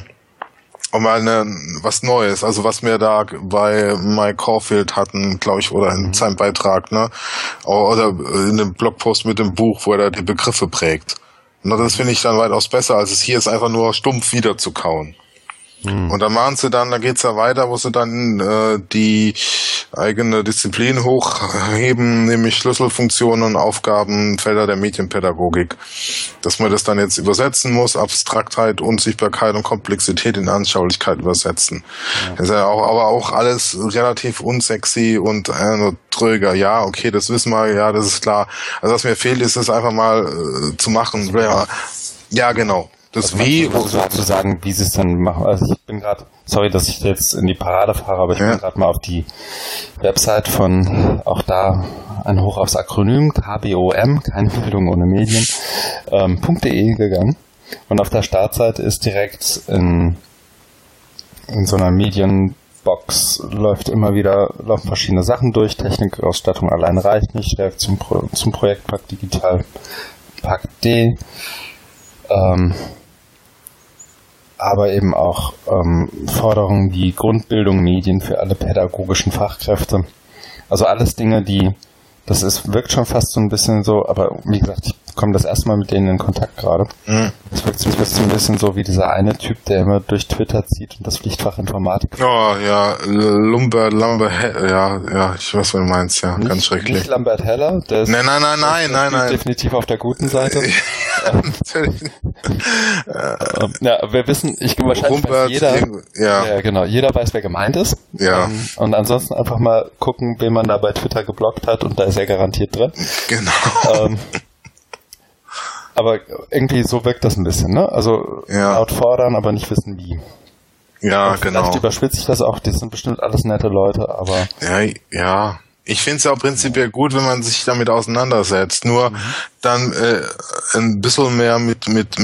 mal was Neues, also was wir da bei Mike Caulfield hatten, glaube ich, oder in seinem Beitrag, ne, oder in dem Blogpost mit dem Buch, wo er da die Begriffe prägt. Und das finde ich dann weitaus besser, als es hier ist einfach nur stumpf wiederzukauen. Und dann machen sie dann, da geht's ja weiter, wo sie dann die eigene Disziplin hochheben, nämlich Schlüsselfunktionen und Aufgabenfelder der Medienpädagogik. Dass man das dann jetzt übersetzen muss, Abstraktheit, Unsichtbarkeit und Komplexität in Anschaulichkeit übersetzen. Das ist ja aber auch alles relativ unsexy und nur tröger. Ja, okay, das wissen wir, ja, das ist klar. Also was mir fehlt, ist es einfach mal zu machen. Ja, genau. Das also wie zu sagen, wie sie es dann machen. Also ich bin gerade, sorry, dass ich jetzt in die Parade fahre, aber ich bin gerade mal auf die Website von, auch da ein Hoch aufs Akronym, KBOM, keine Bildung ohne Medien, .de gegangen. Und auf der Startseite ist direkt in so einer Medienbox laufen verschiedene Sachen durch. Technikausstattung allein reicht nicht, stärkt zum Projektpakt Digital Pakt D. Aber eben auch Forderungen wie Grundbildung, Medien für alle pädagogischen Fachkräfte. Also alles Dinge, wirkt schon fast so ein bisschen so, aber wie gesagt, ich komme das erste Mal mit denen in Kontakt gerade. Das wirkt so ein bisschen so wie dieser eine Typ, der immer durch Twitter zieht und das Pflichtfach Informatik. Oh ja, Lambert, ja, ich weiß, was du meinst, ja, ganz schrecklich. Nicht Lambert Heller, der ist nein. definitiv auf der guten Seite. Ja, wir wissen, wahrscheinlich weiß jeder, ja, genau, jeder weiß, wer gemeint ist. Ja. Und ansonsten einfach mal gucken, wen man da bei Twitter geblockt hat und da ist er garantiert drin. Genau. Aber irgendwie so wirkt das ein bisschen, ne? Also laut fordern, aber nicht wissen wie. Ja, und genau. Vielleicht überspitze ich das auch, die sind bestimmt alles nette Leute, aber... Ja. Ich finde es ja auch prinzipiell gut, wenn man sich damit auseinandersetzt. Nur dann ein bisschen mehr mit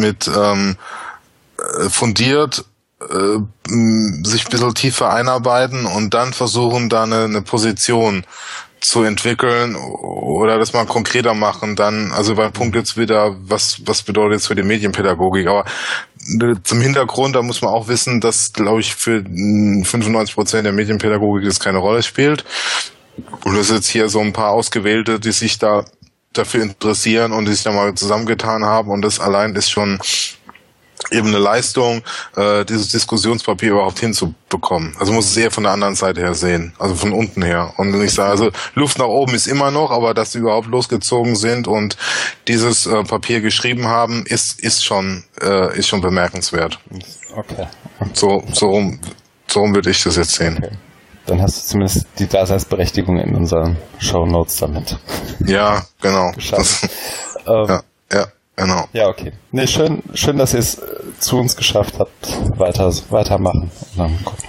fundiert sich ein bisschen tiefer einarbeiten und dann versuchen, da eine Position zu entwickeln oder das mal konkreter machen, dann, also beim Punkt jetzt wieder, was bedeutet jetzt für die Medienpädagogik, aber zum Hintergrund, da muss man auch wissen, dass, glaube ich, für 95% der Medienpädagogik das keine Rolle spielt und das jetzt hier so ein paar Ausgewählte, die sich da dafür interessieren und die sich da mal zusammengetan haben und das allein ist schon eben eine Leistung, dieses Diskussionspapier überhaupt hinzubekommen. Also muss es eher von der anderen Seite her sehen, also von unten her. Und ich sage, also Luft nach oben ist immer noch, aber dass sie überhaupt losgezogen sind und dieses Papier geschrieben haben, ist schon bemerkenswert. Okay. So rum würde ich das jetzt sehen. Okay. Dann hast du zumindest die Daseinsberechtigung in unseren Shownotes damit. Ja, genau. Geschafft. Ja. Genau. Ja, okay. Nee, schön, dass ihr es zu uns geschafft habt. Weitermachen. Und dann gucken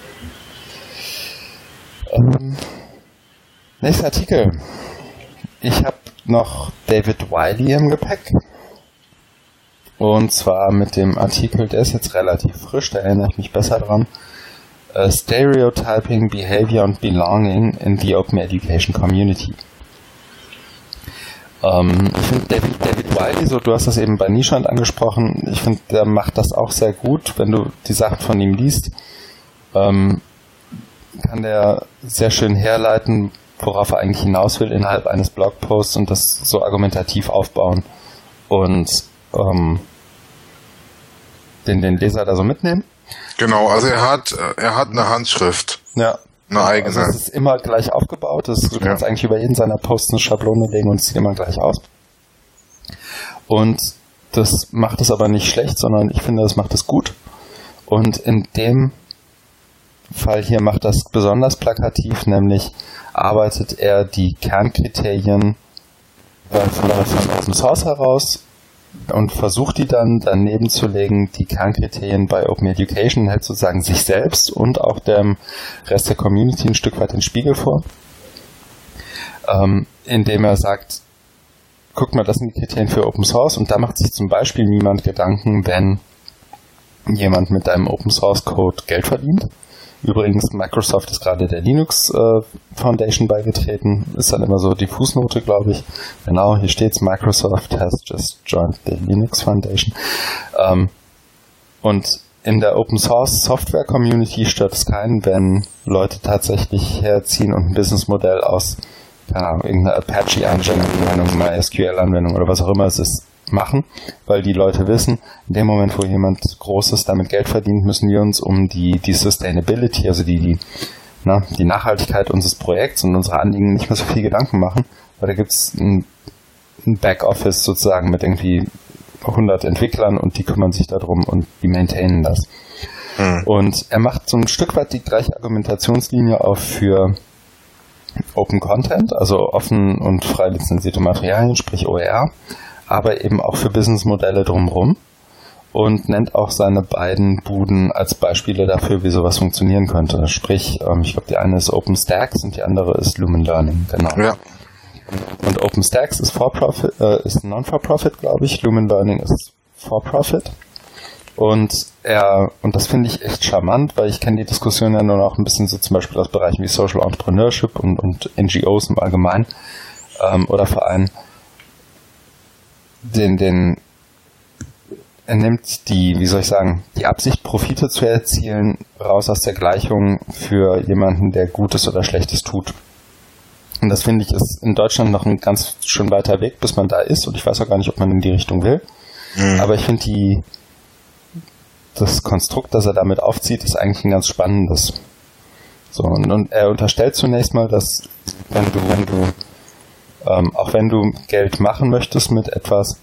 wir mal. Nächster Artikel. Ich habe noch David Wiley im Gepäck. Und zwar mit dem Artikel, der ist jetzt relativ frisch, da erinnere ich mich besser dran. Stereotyping, Behavior and Belonging in the Open Education Community. Ich finde David Wiley, so, du hast das eben bei Nishant angesprochen, ich finde, der macht das auch sehr gut, wenn du die Sachen von ihm liest, kann der sehr schön herleiten, worauf er eigentlich hinaus will innerhalb eines Blogposts und das so argumentativ aufbauen und den Leser da so mitnehmen. Genau, also er hat eine Handschrift. Ja. Eine eigene. Also es ist immer gleich aufgebaut. Du kannst eigentlich über jeden seiner Posts eine Schablone legen und es sieht immer gleich aus. Und das macht es aber nicht schlecht, sondern ich finde, das macht es gut. Und in dem Fall hier macht das besonders plakativ, nämlich arbeitet er die Kernkriterien von Open Source heraus und versucht die dann daneben zu legen, die Kernkriterien bei Open Education, hält sozusagen sich selbst und auch dem Rest der Community ein Stück weit den Spiegel vor, indem er sagt, guck mal, das sind die Kriterien für Open Source und da macht sich zum Beispiel niemand Gedanken, wenn jemand mit deinem Open Source Code Geld verdient. Übrigens, Microsoft ist gerade der Linux Foundation beigetreten. Ist dann immer so die Fußnote, glaube ich. Genau, hier steht's, Microsoft has just joined the Linux Foundation. Und in der Open Source Software Community stört es keinen, wenn Leute tatsächlich herziehen und ein Businessmodell aus, keine Ahnung, irgendeiner Apache-Anwendung, MySQL-Anwendung oder was auch immer es ist, machen, weil die Leute wissen, in dem Moment, wo jemand Großes damit Geld verdient, müssen wir uns um die Sustainability, also die Nachhaltigkeit unseres Projekts und unserer Anliegen nicht mehr so viel Gedanken machen, weil da gibt es ein Backoffice sozusagen mit irgendwie 100 Entwicklern und die kümmern sich darum und die maintainen das. Und er macht so ein Stück weit die gleiche Argumentationslinie auf für Open Content, also offen und frei lizenzierte Materialien, sprich OER, aber eben auch für Businessmodelle drumherum und nennt auch seine beiden Buden als Beispiele dafür, wie sowas funktionieren könnte. Sprich, ich glaube, die eine ist OpenStax und die andere ist Lumen Learning, genau. Ja. Und OpenStax ist ist Non-for-Profit, glaube ich. Lumen Learning ist For-Profit. Und das finde ich echt charmant, weil ich kenne die Diskussion ja nur noch ein bisschen so zum Beispiel aus Bereichen wie Social Entrepreneurship und NGOs im Allgemeinen oder Vereinen. Er nimmt die Absicht, Profite zu erzielen, raus aus der Gleichung für jemanden, der Gutes oder Schlechtes tut. Und das finde ich ist in Deutschland noch ein ganz schön weiter Weg, bis man da ist. Und ich weiß auch gar nicht, ob man in die Richtung will. Aber ich finde das Konstrukt, das er damit aufzieht, ist eigentlich ein ganz spannendes. So, und er unterstellt zunächst mal, dass wenn du Geld machen möchtest mit etwas,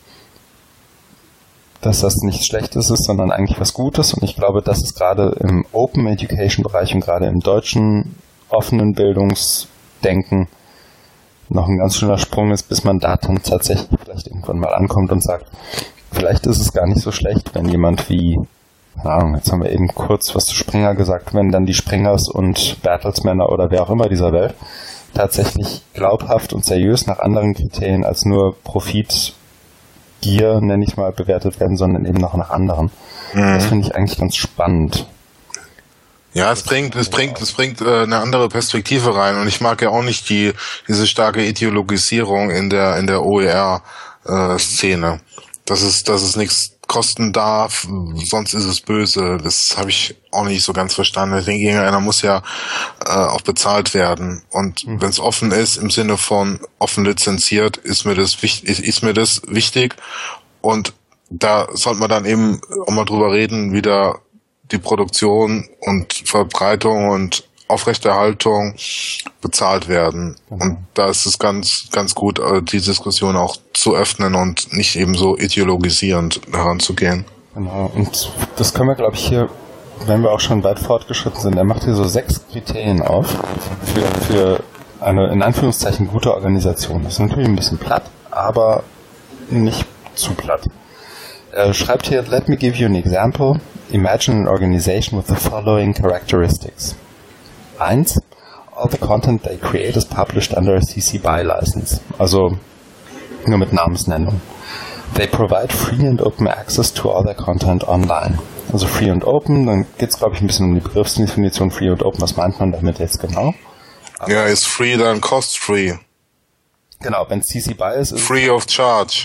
dass das nichts Schlechtes ist, sondern eigentlich was Gutes. Und ich glaube, dass es gerade im Open Education Bereich und gerade im deutschen offenen Bildungsdenken noch ein ganz schöner Sprung ist, bis man da dann tatsächlich vielleicht irgendwann mal ankommt und sagt, vielleicht ist es gar nicht so schlecht, wenn jemand wie, keine Ahnung, jetzt haben wir eben kurz was zu Springer gesagt, wenn dann die Springers und Bertelsmänner oder wer auch immer dieser Welt tatsächlich glaubhaft und seriös nach anderen Kriterien als nur Profitgier, nenne ich mal, bewertet werden, sondern eben noch nach anderen. Das finde ich eigentlich ganz spannend. Ja, es bringt eine andere Perspektive rein und ich mag ja auch nicht diese starke Ideologisierung in der OER-Szene. Dass es nichts kosten darf, sonst ist es böse. Das habe ich auch nicht so ganz verstanden. Ich denke, irgendeiner muss ja auch bezahlt werden. Und wenn es offen ist, im Sinne von offen lizenziert, ist mir das wichtig. Und da sollte man dann eben auch mal drüber reden, wie da die Produktion und Verbreitung und Aufrechterhaltung bezahlt werden. Und da ist es ganz, ganz gut, die Diskussion auch zu öffnen und nicht eben so ideologisierend heranzugehen. Genau, und das können wir, glaube ich, hier, wenn wir auch schon weit fortgeschritten sind, er macht hier so 6 Kriterien auf für eine, in Anführungszeichen, gute Organisation. Das ist natürlich ein bisschen platt, aber nicht zu platt. Er schreibt hier, let me give you an example. Imagine an organization with the following characteristics. 1. All the content they create is published under a CC BY license. Also nur mit Namensnennung. They provide free and open access to all their content online. Also free und open, dann geht es, glaube ich, ein bisschen um die Begriffsdefinition free und open. Was meint man damit jetzt genau? Aber ja, ist free dann cost free. Genau, wenn CC BY ist free of charge.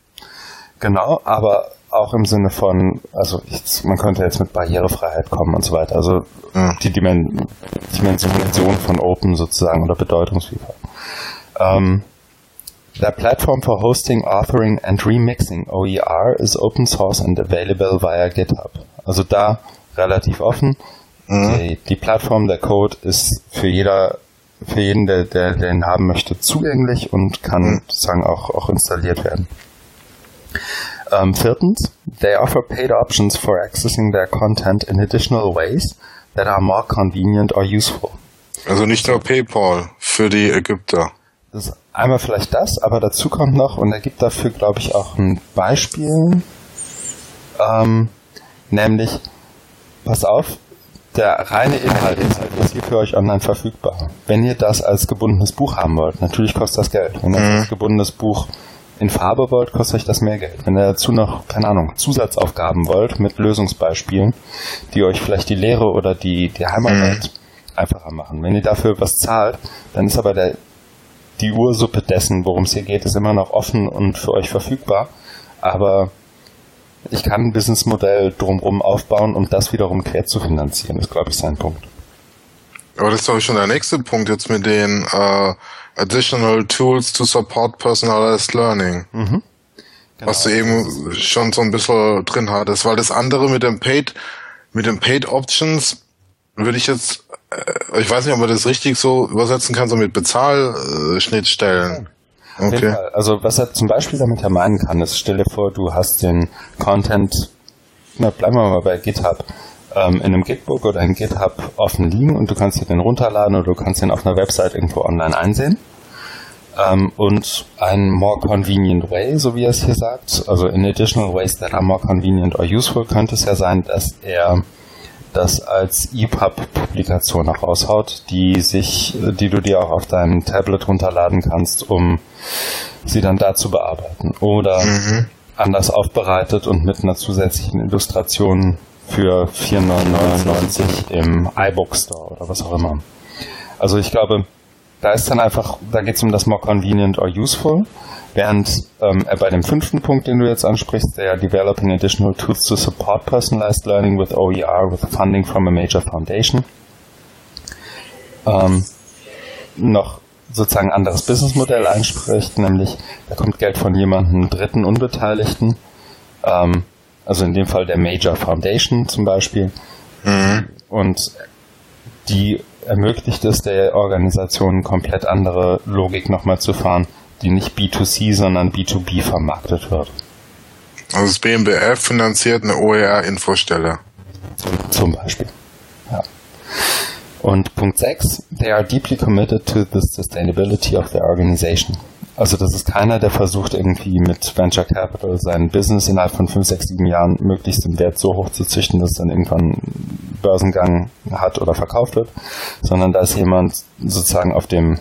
Genau, aber auch im Sinne von, also man könnte jetzt mit Barrierefreiheit kommen und so weiter, also die Dimension von Open sozusagen oder Bedeutungsvielfalt. The platform for hosting, authoring and remixing OER is open source and available via GitHub. Also da relativ offen. Die Plattform, der Code ist für jeden, der den haben möchte, zugänglich und kann sozusagen auch installiert werden. Viertens, they offer paid options for accessing their content in additional ways that are more convenient or useful. Also nicht nur PayPal für die Ägypter. Das ist einmal vielleicht das, aber dazu kommt noch, und er gibt dafür, glaube ich, auch ein Beispiel, nämlich, pass auf, der reine Inhalt ist halt jetzt hier für euch online verfügbar. Wenn ihr das als gebundenes Buch haben wollt, natürlich kostet das Geld. Wenn ihr das als gebundenes Buch in Farbe wollt, kostet euch das mehr Geld. Wenn ihr dazu noch, keine Ahnung, Zusatzaufgaben wollt mit Lösungsbeispielen, die euch vielleicht die Lehre oder die Heimarbeit einfacher machen. Wenn ihr dafür was zahlt, dann ist aber die Ursuppe dessen, worum es hier geht, ist immer noch offen und für euch verfügbar. Aber ich kann ein Businessmodell drumherum aufbauen, um das wiederum quer zu finanzieren. Das ist, glaube ich, sein Punkt. Aber das ist doch schon der nächste Punkt jetzt mit den Additional Tools to Support Personalized Learning. Genau. Was du eben schon so ein bisschen drin hattest. Weil das andere mit den Paid Options würde ich jetzt, ich weiß nicht, ob man das richtig so übersetzen kann, so mit Bezahlschnittstellen. Okay. Also was er zum Beispiel damit meinen kann, ist, stell dir vor, du hast den Content, bleiben wir mal bei GitHub, in einem Gitbook oder in GitHub offen liegen und du kannst dir den runterladen oder du kannst den auf einer Website irgendwo online einsehen. Und ein more convenient way, so wie er es hier sagt, also in additional ways that are more convenient or useful, könnte es ja sein, dass er das als EPUB-Publikation auch raushaut, die du dir auch auf deinem Tablet runterladen kannst, um sie dann da zu bearbeiten. Oder anders aufbereitet und mit einer zusätzlichen Illustration für 4,99 im iBook Store oder was auch immer. Also ich glaube, da geht es um das more convenient or useful, während er bei dem 5. Punkt, den du jetzt ansprichst, der Developing Additional Tools to Support Personalized Learning with OER with Funding from a Major Foundation, noch sozusagen ein anderes Businessmodell einspricht, nämlich da kommt Geld von jemandem dritten Unbeteiligten, also in dem Fall der Major Foundation zum Beispiel, und die ermöglicht es der Organisation, komplett andere Logik nochmal zu fahren, die nicht B2C, sondern B2B vermarktet wird. Also das BMBF finanziert eine OER-Infostelle. Zum Beispiel. Ja. Und Punkt 6, they are deeply committed to the sustainability of their organization. Also das ist keiner, der versucht irgendwie mit Venture Capital sein Business innerhalb von 5, 6, 7 Jahren möglichst den Wert so hoch zu züchten, dass es dann irgendwann Börsengang hat oder verkauft wird, sondern da ist jemand sozusagen auf dem,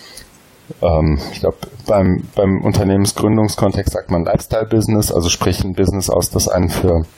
ich glaube, beim Unternehmensgründungskontext sagt man Lifestyle-Business, also sprich ein Business aus, das einen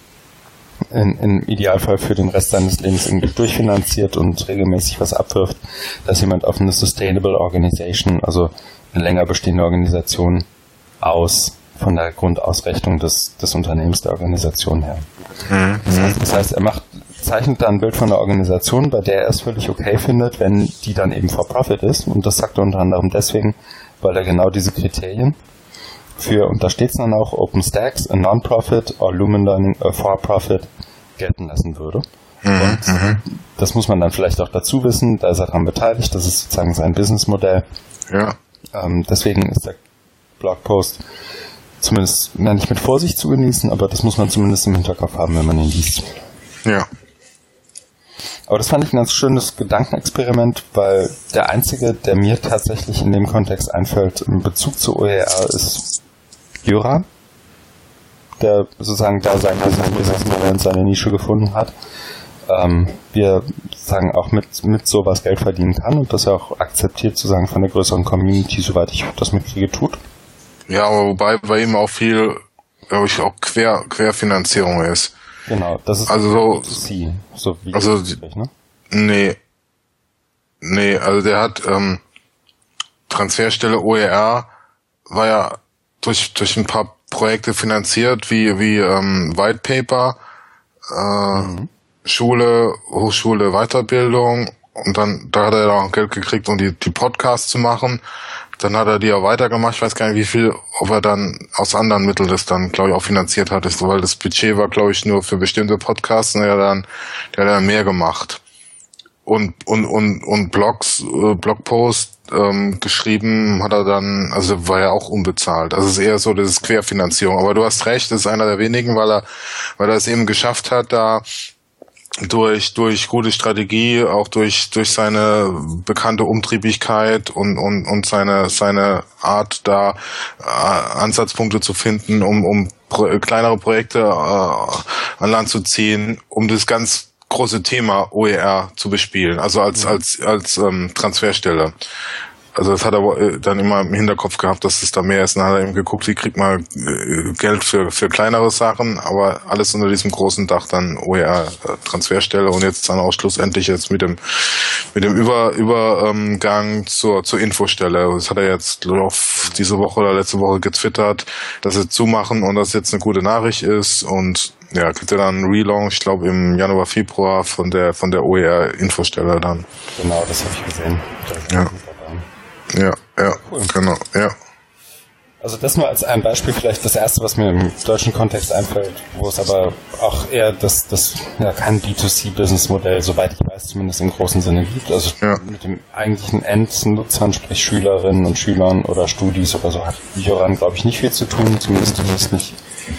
im Idealfall für den Rest seines Lebens irgendwie durchfinanziert und regelmäßig was abwirft. Da ist jemand auf eine Sustainable Organization, also eine länger bestehende Organisation von der Grundausrichtung des Unternehmens, der Organisation her. Das heißt, er zeichnet da ein Bild von der Organisation, bei der er es völlig okay findet, wenn die dann eben for profit ist. Und das sagt er unter anderem deswegen, weil er genau diese Kriterien und da steht es dann auch, OpenStax, a Non-Profit or Lumen Learning, a For-Profit, gelten lassen würde. Und das muss man dann vielleicht auch dazu wissen, da ist er daran beteiligt, das ist sozusagen sein Businessmodell. Ja. Deswegen ist der Blogpost zumindest nicht mit Vorsicht zu genießen, aber das muss man zumindest im Hinterkopf haben, wenn man ihn liest. Ja. Aber das fand ich ein ganz schönes Gedankenexperiment, weil der einzige, der mir tatsächlich in dem Kontext einfällt, in Bezug zu OER, ist Jöran, der sozusagen da sein Businessmodell und seine Nische gefunden hat. Wir sagen auch mit sowas Geld verdienen kann und das ja auch akzeptiert sozusagen von der größeren Community, soweit ich das mitkriege, tut. Ja, aber wobei bei ihm auch viel, glaube ich, auch Querfinanzierung ist. Genau, das ist also so wie also üblich, ne? Nee, also der hat Transferstelle OER war ja durch ein paar Projekte finanziert, wie White Paper, Schule, Hochschule, Weiterbildung, und dann da hat er auch Geld gekriegt, um die Podcasts zu machen. dann hat er die auch weitergemacht. Ich weiß gar nicht, wie viel, ob er dann aus anderen Mitteln das dann, glaube ich, auch finanziert hat, weil das Budget war, glaube ich, nur für bestimmte Podcasts, und der hat dann mehr gemacht. Und Blogpost geschrieben hat er dann, also war ja auch unbezahlt. Also es ist eher so, das ist Querfinanzierung. Aber du hast recht, das ist einer der wenigen, weil er es eben geschafft hat, da durch gute Strategie, auch durch seine bekannte Umtriebigkeit und seine Art, da Ansatzpunkte zu finden, um kleinere Projekte an Land zu ziehen, um das ganz große Thema OER zu bespielen, also als Transferstelle. Also das hat er dann immer im Hinterkopf gehabt, dass es da mehr ist. Dann hat er eben geguckt, wie kriegt man Geld für kleinere Sachen, aber alles unter diesem großen Dach dann OER-Transferstelle, und jetzt dann auch schlussendlich jetzt mit dem Übergang zur Infostelle. Das hat er jetzt diese Woche oder letzte Woche getwittert, dass sie zumachen und dass jetzt eine gute Nachricht ist, und ja, kriegt er dann einen Relaunch, ich glaube im Januar, Februar von der OER-Infostelle dann. Genau, das habe ich gesehen. Ja, cool. Genau, ja. Also das nur als ein Beispiel, vielleicht das erste, was mir im deutschen Kontext einfällt, wo es aber auch eher das kein B2C-Business-Modell, soweit ich weiß, zumindest im großen Sinne gibt. Also mit dem eigentlichen Endnutzern, sprich Schülerinnen und Schülern oder Studis oder so, hat Joran, glaube ich, nicht viel zu tun, zumindest nicht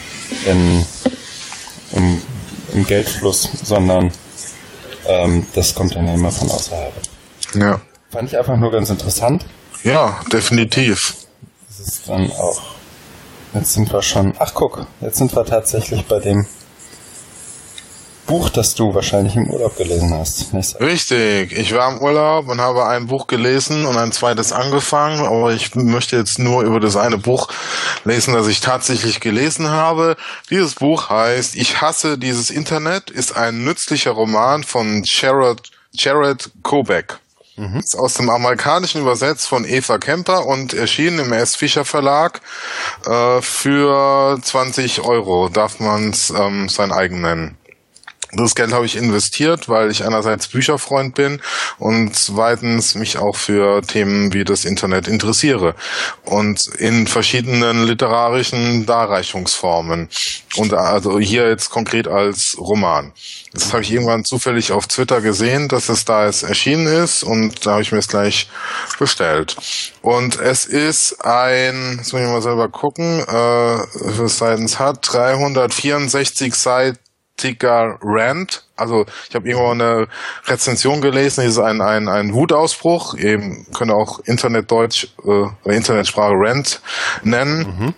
im Geldfluss, sondern das kommt dann immer von außerhalb. Ja. Fand ich einfach nur ganz interessant. Ja, definitiv. Das ist dann auch. Jetzt sind wir tatsächlich bei dem Buch, das du wahrscheinlich im Urlaub gelesen hast. Richtig. Ich war im Urlaub und habe ein Buch gelesen und ein zweites angefangen, aber ich möchte jetzt nur über das eine Buch lesen, das ich tatsächlich gelesen habe. Dieses Buch heißt Ich hasse dieses Internet, ist ein nützlicher Roman von Jared Kobeck. Ist aus dem Amerikanischen übersetzt von Eva Kemper und erschienen im S. Fischer Verlag. Für 20 € darf man es sein eigen nennen. Das Geld habe ich investiert, weil ich einerseits Bücherfreund bin und zweitens mich auch für Themen wie das Internet interessiere und in verschiedenen literarischen Darreichungsformen, und also hier jetzt konkret als Roman. Das habe ich irgendwann zufällig auf Twitter gesehen, dass es da jetzt erschienen ist, und da habe ich mir es gleich bestellt. Und es ist jetzt muss ich mal selber gucken, wie Seiten es hat, 364 Seiten Rant. Also ich habe irgendwo eine Rezension gelesen, das ist ein Wutausbruch, eben können auch Internetdeutsch Internetsprache Rant nennen,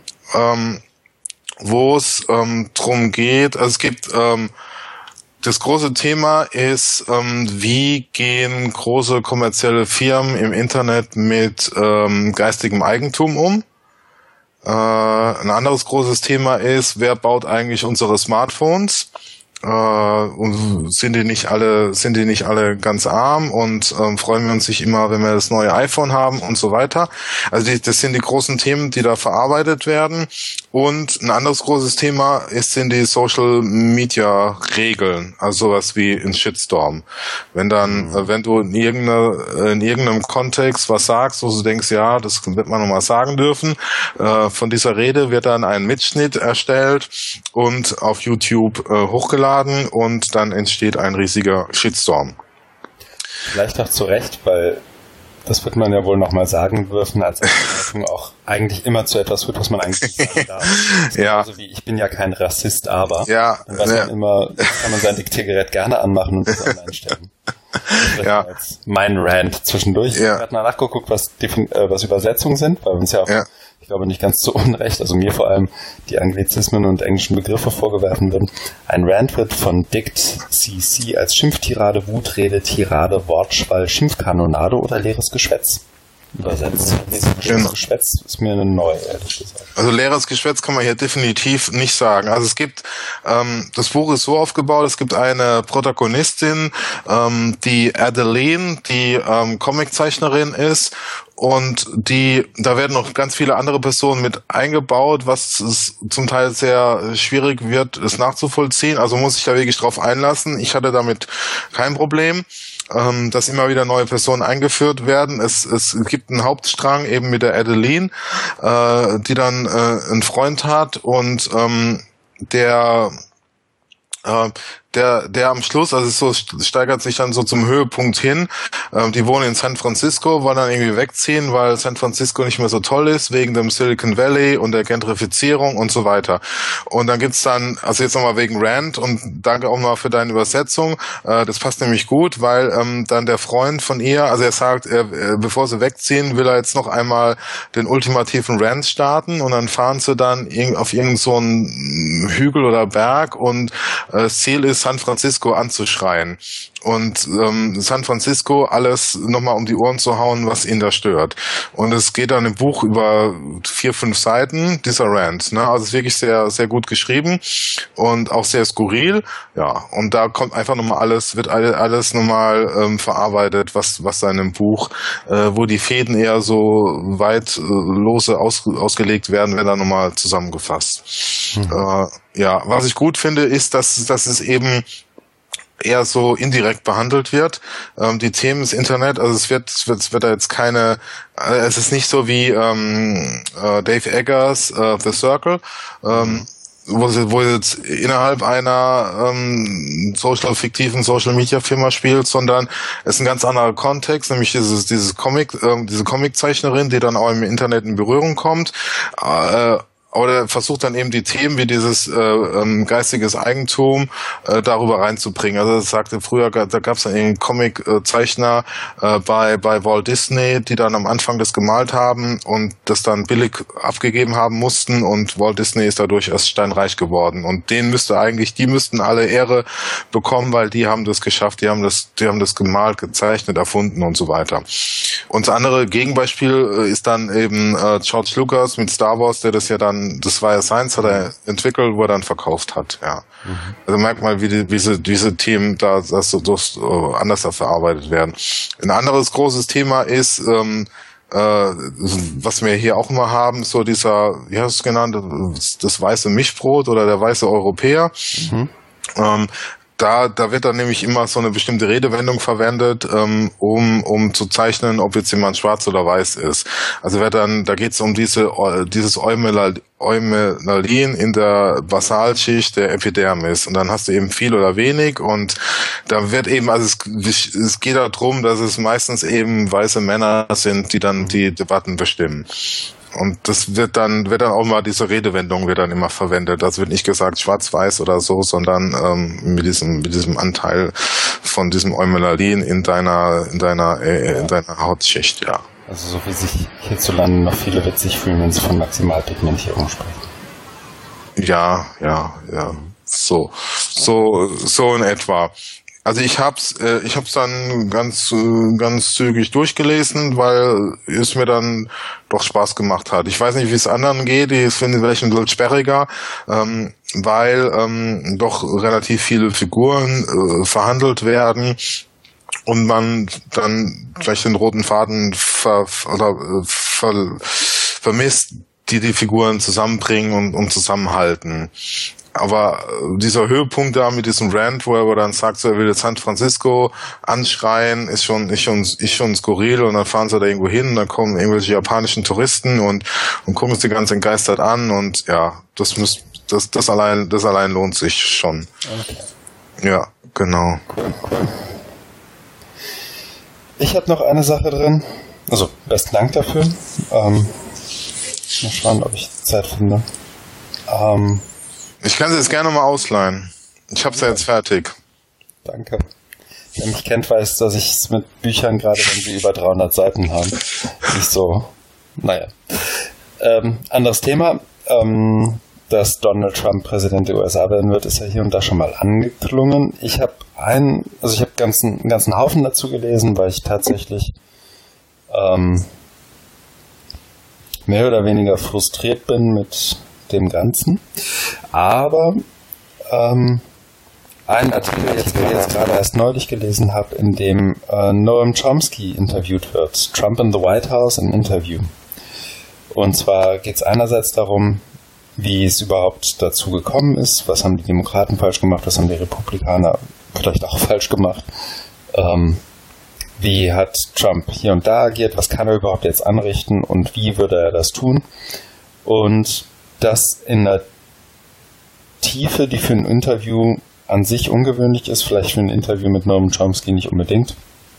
wo es drum geht, also es gibt das große Thema ist, wie gehen große kommerzielle Firmen im Internet mit geistigem Eigentum um. Ein anderes großes Thema ist, wer baut eigentlich unsere Smartphones? Und sind die nicht alle ganz arm, und freuen wir uns nicht immer, wenn wir das neue iPhone haben und so weiter. Also das sind die großen Themen, die da verarbeitet werden. Und ein anderes großes Thema sind die Social Media Regeln, also sowas wie ein Shitstorm. Wenn du in irgendeinem Kontext was sagst, wo du denkst, ja, das wird man nochmal sagen dürfen, von dieser Rede wird dann ein Mitschnitt erstellt und auf YouTube hochgeladen, und dann entsteht ein riesiger Shitstorm. Vielleicht auch zu Recht, weil das wird man ja wohl nochmal sagen dürfen, als Einleitung auch eigentlich immer zu etwas wird, was man eigentlich nicht sagen darf. Ja. Also wie, ich bin ja kein Rassist, aber ja, dann weiß man immer, kann man sein Diktiergerät gerne anmachen und das online stellen. Ja. Als mein Rant zwischendurch. Ja. Ich habe mal nachgeguckt, was Übersetzungen sind, weil uns ja auch, ich glaube, nicht ganz zu Unrecht, also mir vor allem die Anglizismen und englischen Begriffe vorgeworfen werden. Ein Rant wird von Dict.cc als Schimpftirade, Wutrede, Tirade, Wortschwall, Schimpfkanonade oder leeres Geschwätz übersetzt. Leeres Geschwätz ist mir neu, ehrlich gesagt. Also leeres Geschwätz kann man hier definitiv nicht sagen. Also es gibt, das Buch ist so aufgebaut, es gibt eine Protagonistin, die Adeline, die Comiczeichnerin ist, und da werden noch ganz viele andere Personen mit eingebaut, was es zum Teil sehr schwierig wird, es nachzuvollziehen. Also muss ich da wirklich drauf einlassen. Ich hatte damit kein Problem. dass immer wieder neue Personen eingeführt werden. Es gibt einen Hauptstrang eben mit der Adeline, die dann einen Freund hat und der am Schluss, also es so steigert sich dann so zum Höhepunkt hin. Die wohnen in San Francisco, wollen dann irgendwie wegziehen, weil San Francisco nicht mehr so toll ist, wegen dem Silicon Valley und der Gentrifizierung und so weiter. Und dann gibt's dann, also jetzt nochmal wegen Rand und danke auch mal für deine Übersetzung, das passt nämlich gut, weil dann der Freund von ihr, also er sagt, bevor sie wegziehen, will er jetzt noch einmal den ultimativen Rant starten und dann fahren sie dann auf irgendeinen so einen Hügel oder Berg und das Ziel ist, San Francisco anzuschreien und San Francisco alles nochmal um die Ohren zu hauen, was ihn da stört. Und es geht dann im Buch über 4-5 Seiten, dieser Rant. Ne? Also es ist wirklich sehr, sehr gut geschrieben und auch sehr skurril. Ja, und da kommt einfach nochmal wird alles nochmal verarbeitet, was seinem Buch, wo die Fäden eher so weit lose ausgelegt werden dann nochmal zusammengefasst. Ja, was ich gut finde, ist, dass es eben eher so indirekt behandelt wird. Die Themen des Internet, also es wird da jetzt keine, es ist nicht so wie Dave Eggers The Circle, wo jetzt innerhalb einer fiktiven Social Media Firma spielt, sondern es ist ein ganz anderer Kontext, nämlich diese Comiczeichnerin, die dann auch im Internet in Berührung kommt. Oder versucht dann eben die Themen wie dieses geistiges Eigentum darüber reinzubringen. Also das sagte früher, da gab es dann eben Comiczeichner bei Walt Disney, die dann am Anfang das gemalt haben und das dann billig abgegeben haben mussten und Walt Disney ist dadurch erst steinreich geworden. Und die müssten alle Ehre bekommen, weil die haben das geschafft, die haben das gemalt, gezeichnet, erfunden und so weiter. Und das andere Gegenbeispiel ist dann eben George Lucas mit Star Wars, der das ja dann, das war ja Science, hat er entwickelt, wo er dann verkauft hat, ja. Also merkt mal, wie diese Themen da anders verarbeitet werden. Ein anderes großes Thema ist, was wir hier auch immer haben, so dieser, wie hast du es genannt, das weiße Mischbrot oder der weiße Europäer. Da wird dann nämlich immer so eine bestimmte Redewendung verwendet, um zu zeichnen, ob jetzt jemand schwarz oder weiß ist. Also da geht es um dieses Eumelin in der Basalschicht der Epidermis. Und dann hast du eben viel oder wenig und da wird eben, also es geht darum, dass es meistens eben weiße Männer sind, die dann die Debatten bestimmen. Und das wird dann auch mal, diese Redewendung wird dann immer verwendet. Das wird nicht gesagt schwarz-weiß oder so, sondern mit diesem Anteil von diesem Eumelin in deiner Hautschicht, ja. Also so wie sich hierzulande noch viele witzig fühlen, wenn sie von Maximalpigmentierung sprechen. Ja. So in etwa. Also ich hab's dann ganz zügig durchgelesen, weil es mir dann doch Spaß gemacht hat. Ich weiß nicht, wie es anderen geht, ich finde es vielleicht ein bisschen sperriger, weil doch relativ viele Figuren verhandelt werden und man dann vielleicht den roten Faden vermisst, die Figuren zusammenbringen und zusammenhalten. Aber dieser Höhepunkt da mit diesem Rant, wo er dann sagt, so, er will jetzt San Francisco anschreien, ist schon skurril und dann fahren sie da irgendwo hin und dann kommen irgendwelche japanischen Touristen und gucken sie ganz entgeistert an und ja, das allein lohnt sich schon. Okay. Ja, genau. Cool. Ich habe noch eine Sache drin. Also, besten Dank dafür. Mal schauen, ob ich Zeit finde. Ich kann sie jetzt gerne mal ausleihen. Ich hab's ja jetzt fertig. Danke. Wer mich kennt, weiß, dass ich es mit Büchern, gerade wenn sie über 300 Seiten haben, nicht so, naja. Anderes Thema. Dass Donald Trump Präsident der USA werden wird, ist ja hier und da schon mal angeklungen. Ich habe einen ganzen Haufen dazu gelesen, weil ich tatsächlich mehr oder weniger frustriert bin mit dem Ganzen. Aber ein Artikel, den ich jetzt gerade erst neulich gelesen habe, in dem Noam Chomsky interviewt wird. Trump in the White House, ein Interview. Und zwar geht es einerseits darum, wie es überhaupt dazu gekommen ist, was haben die Demokraten falsch gemacht, was haben die Republikaner vielleicht auch falsch gemacht. wie hat Trump hier und da agiert, was kann er überhaupt jetzt anrichten und wie würde er das tun. Und das in einer Tiefe, die für ein Interview an sich ungewöhnlich ist, vielleicht für ein Interview mit Noam Chomsky nicht unbedingt.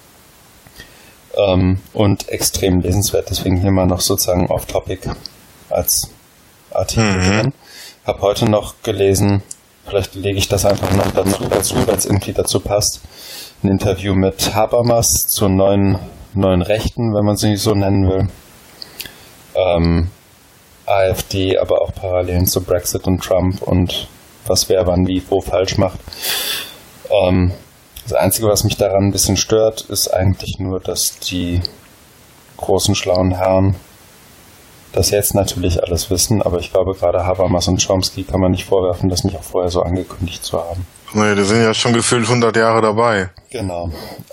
Und extrem lesenswert, deswegen hier mal noch sozusagen off-topic als Artikel drin. Habe heute noch gelesen, vielleicht lege ich das einfach noch dazu, weil es irgendwie dazu passt, ein Interview mit Habermas zur neuen Rechten, wenn man sie so nennen will. AfD, aber auch Parallelen zu Brexit und Trump und was wer wann wie wo falsch macht. Das Einzige, was mich daran ein bisschen stört, ist eigentlich nur, dass die großen, schlauen Herren das jetzt natürlich alles wissen, aber ich glaube, gerade Habermas und Chomsky kann man nicht vorwerfen, das nicht auch vorher so angekündigt zu haben. Nee, die sind ja schon gefühlt 100 Jahre dabei. Genau.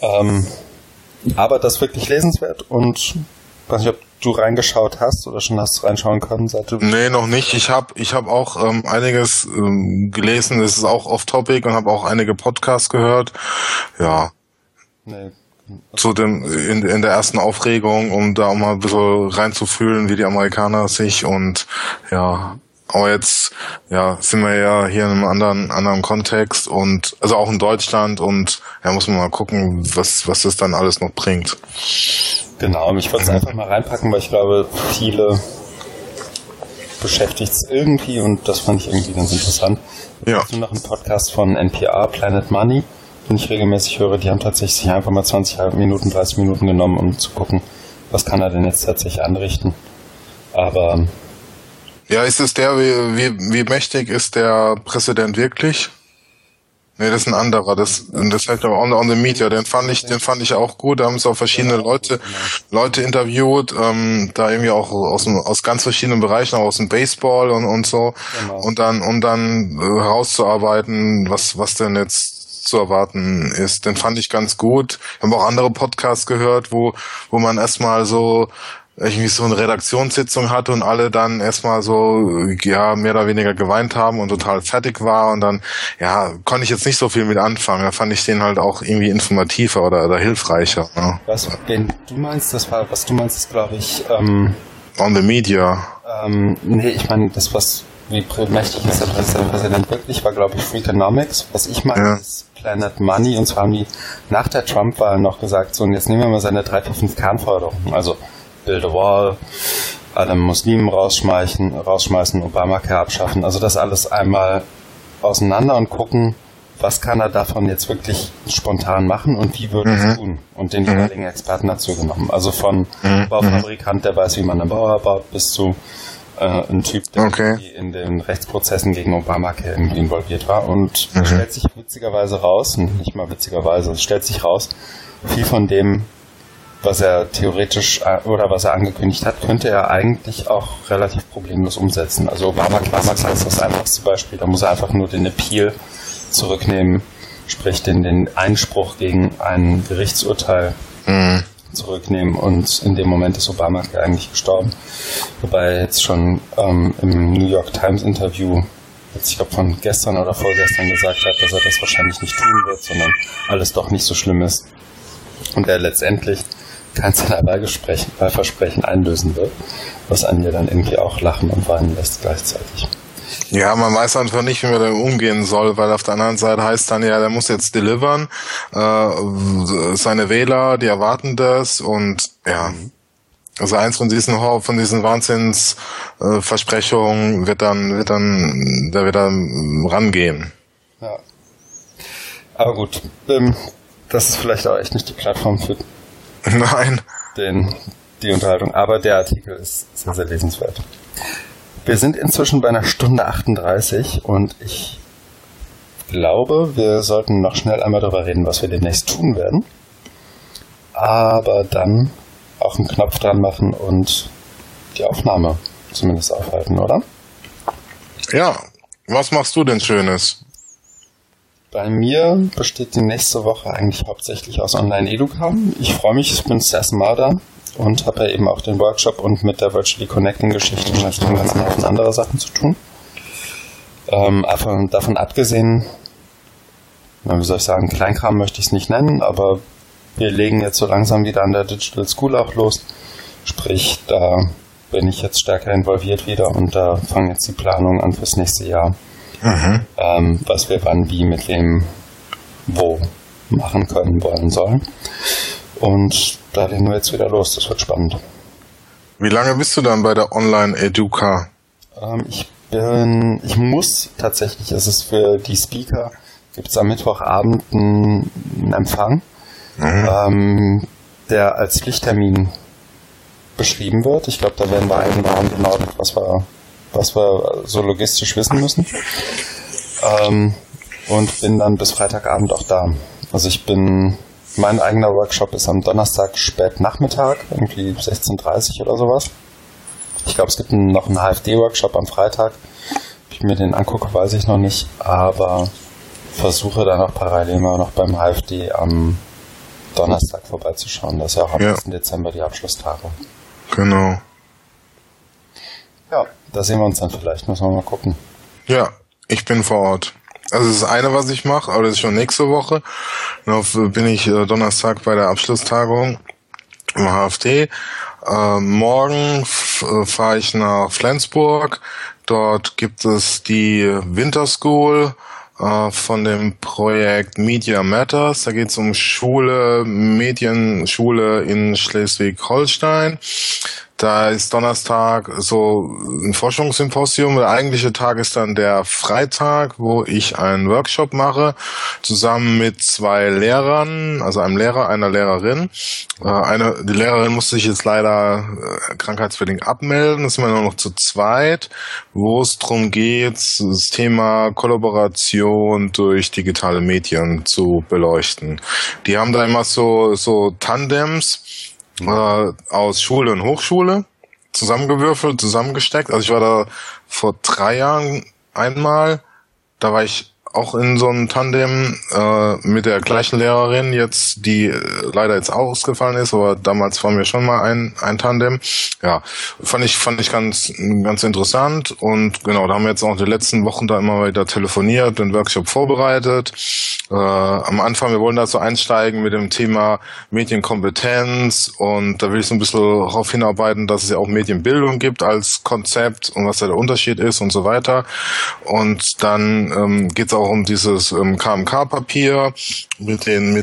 Aber das ist wirklich lesenswert und ich weiß nicht, ob du reingeschaut hast oder schon hast reinschauen können, seit du... Nee, noch nicht. Ich hab auch einiges gelesen, das ist auch off-topic und habe auch einige Podcasts gehört. Ja. Nee. Zu dem in der ersten Aufregung, um da mal ein bisschen reinzufühlen, wie die Amerikaner sich und ja, aber jetzt sind wir ja hier in einem anderen Kontext und also auch in Deutschland und muss man mal gucken, was das dann alles noch bringt. Genau, ich wollte es einfach mal reinpacken, weil ich glaube, viele beschäftigt es irgendwie und das fand ich irgendwie ganz interessant. Ja. Hast du noch einen Podcast von NPR, Planet Money, den ich regelmäßig höre, die haben tatsächlich sich einfach mal 20 Minuten, 30 Minuten genommen, um zu gucken, was kann er denn jetzt tatsächlich anrichten. Aber... Ja, ist es wie mächtig ist der Präsident wirklich? Nee, das ist ein anderer. Das heißt aber on the Media. Den fand ich auch gut. Da haben es auch verschiedene Leute interviewt, da irgendwie auch aus ganz verschiedenen Bereichen, auch aus dem Baseball und so. Genau. Und dann herauszuarbeiten, was denn jetzt zu erwarten ist. Den fand ich ganz gut. Wir haben auch andere Podcasts gehört, wo man erstmal so irgendwie so eine Redaktionssitzung hatte und alle dann erstmal so, mehr oder weniger geweint haben und total fertig war und dann, konnte ich jetzt nicht so viel mit anfangen. Da fand ich den halt auch irgendwie informativer oder hilfreicher. Ne? Was du meinst, ist, glaube ich, On the Media. Nee, ich meine, wie mächtig ist der Präsident wirklich, war, glaube ich, Freakonomics. Was ich meine, ist Planet Money, und zwar haben die nach der Trump-Wahl noch gesagt, so, und jetzt nehmen wir mal seine 3, 4, 5 Kernforderungen, also Build a Wall, alle Muslimen rausschmeißen, Obamacare abschaffen, also das alles einmal auseinander und gucken, was kann er davon jetzt wirklich spontan machen und wie würde es tun, und den jeweiligen Experten dazu genommen. Also von Baufabrikant, der weiß, wie man einen Bauer baut, bis zu ein Typ, der in den Rechtsprozessen gegen Obamacare irgendwie involviert war, und es stellt sich witzigerweise raus, nicht mal witzigerweise, es stellt sich raus, viel von dem, was er theoretisch oder was er angekündigt hat, könnte er eigentlich auch relativ problemlos umsetzen. Also Obamacare ist das einfachste Beispiel. Da muss er einfach nur den Appeal zurücknehmen, sprich den Einspruch gegen ein Gerichtsurteil zurücknehmen, und in dem Moment ist Obamacare eigentlich gestorben. Wobei er jetzt schon im New York Times Interview, ich glaube von gestern oder vorgestern, gesagt hat, dass er das wahrscheinlich nicht tun wird, sondern alles doch nicht so schlimm ist. Und er letztendlich keins seiner Wahlversprechen einlösen wird, was einen ja dann irgendwie auch lachen und weinen lässt gleichzeitig. Ja, man weiß einfach nicht, wie man damit umgehen soll, weil auf der anderen Seite heißt dann der muss jetzt delivern, seine Wähler, die erwarten das, und also eins von diesen Wahnsinnsversprechungen wird dann rangehen. Ja. Aber gut, das ist vielleicht auch echt nicht die Plattform für Nein. Die Unterhaltung, aber der Artikel ist sehr, sehr lesenswert. Wir sind inzwischen bei 1 Stunde 38 und ich glaube, wir sollten noch schnell einmal darüber reden, was wir demnächst tun werden. Aber dann auch einen Knopf dran machen und die Aufnahme zumindest aufhalten, oder? Ja, was machst du denn Schönes? Bei mir besteht die nächste Woche eigentlich hauptsächlich aus Online-Educam. Ich freue mich, ich bin das erste Mal da und habe ja eben auch den Workshop und mit der Virtually Connecting-Geschichte und einen ganzen Haufen anderer Sachen zu tun. Davon abgesehen, wie soll ich sagen, Kleinkram möchte ich es nicht nennen, aber wir legen jetzt so langsam wieder an der Digital School auch los. Sprich, da bin ich jetzt stärker involviert wieder und da fangen jetzt die Planungen an fürs nächste Jahr. Was wir wann, wie, mit wem, wo machen können, wollen, sollen. Und da legen wir jetzt wieder los. Das wird spannend. Wie lange bist du dann bei der Online-Educa? Ich muss tatsächlich, es ist für die Speaker, gibt es am Mittwochabend einen Empfang, der als Pflichttermin beschrieben wird. Ich glaube, da werden wir einladen, genau, was wir so logistisch wissen müssen. Und bin dann bis Freitagabend auch da. Also mein eigener Workshop ist am Donnerstag spät Nachmittag, irgendwie 16:30 oder sowas. Ich glaube, es gibt noch einen HFD-Workshop am Freitag. Ob ich mir den angucke, weiß ich noch nicht, aber versuche dann auch parallel mal noch beim HFD am Donnerstag vorbeizuschauen. Das ist ja auch am 1. Dezember die Abschlusstage. Genau. Ja, da sehen wir uns dann vielleicht. Müssen wir mal gucken. Ja, ich bin vor Ort. Also das ist eine, was ich mache, aber das ist schon nächste Woche. Dann bin ich Donnerstag bei der Abschlusstagung im HFD. Morgen fahre ich nach Flensburg. Dort gibt es die Winter School von dem Projekt Media Matters. Da geht es um Medienschule in Schleswig-Holstein. Da ist Donnerstag so ein Forschungssymposium. Der eigentliche Tag ist dann der Freitag, wo ich einen Workshop mache, zusammen mit 2 Lehrern, also einem Lehrer, einer Lehrerin. Die Lehrerin musste sich jetzt leider krankheitsbedingt abmelden. Das sind wir nur noch zu zweit, wo es darum geht, das Thema Kollaboration durch digitale Medien zu beleuchten. Die haben da immer so Tandems aus Schule und Hochschule zusammengewürfelt, zusammengesteckt. Also ich war da vor 3 Jahren einmal, da war ich auch in so einem Tandem mit der gleichen Lehrerin jetzt, die leider jetzt ausgefallen ist, aber damals waren wir schon mal ein Tandem. Ja, fand ich ganz interessant und genau, da haben wir jetzt auch die letzten Wochen da immer wieder telefoniert, den Workshop vorbereitet. Am Anfang, wir wollen da so einsteigen mit dem Thema Medienkompetenz und da will ich so ein bisschen darauf hinarbeiten, dass es ja auch Medienbildung gibt als Konzept und was da der Unterschied ist und so weiter. Und dann geht's auch um dieses KMK-Papier mit den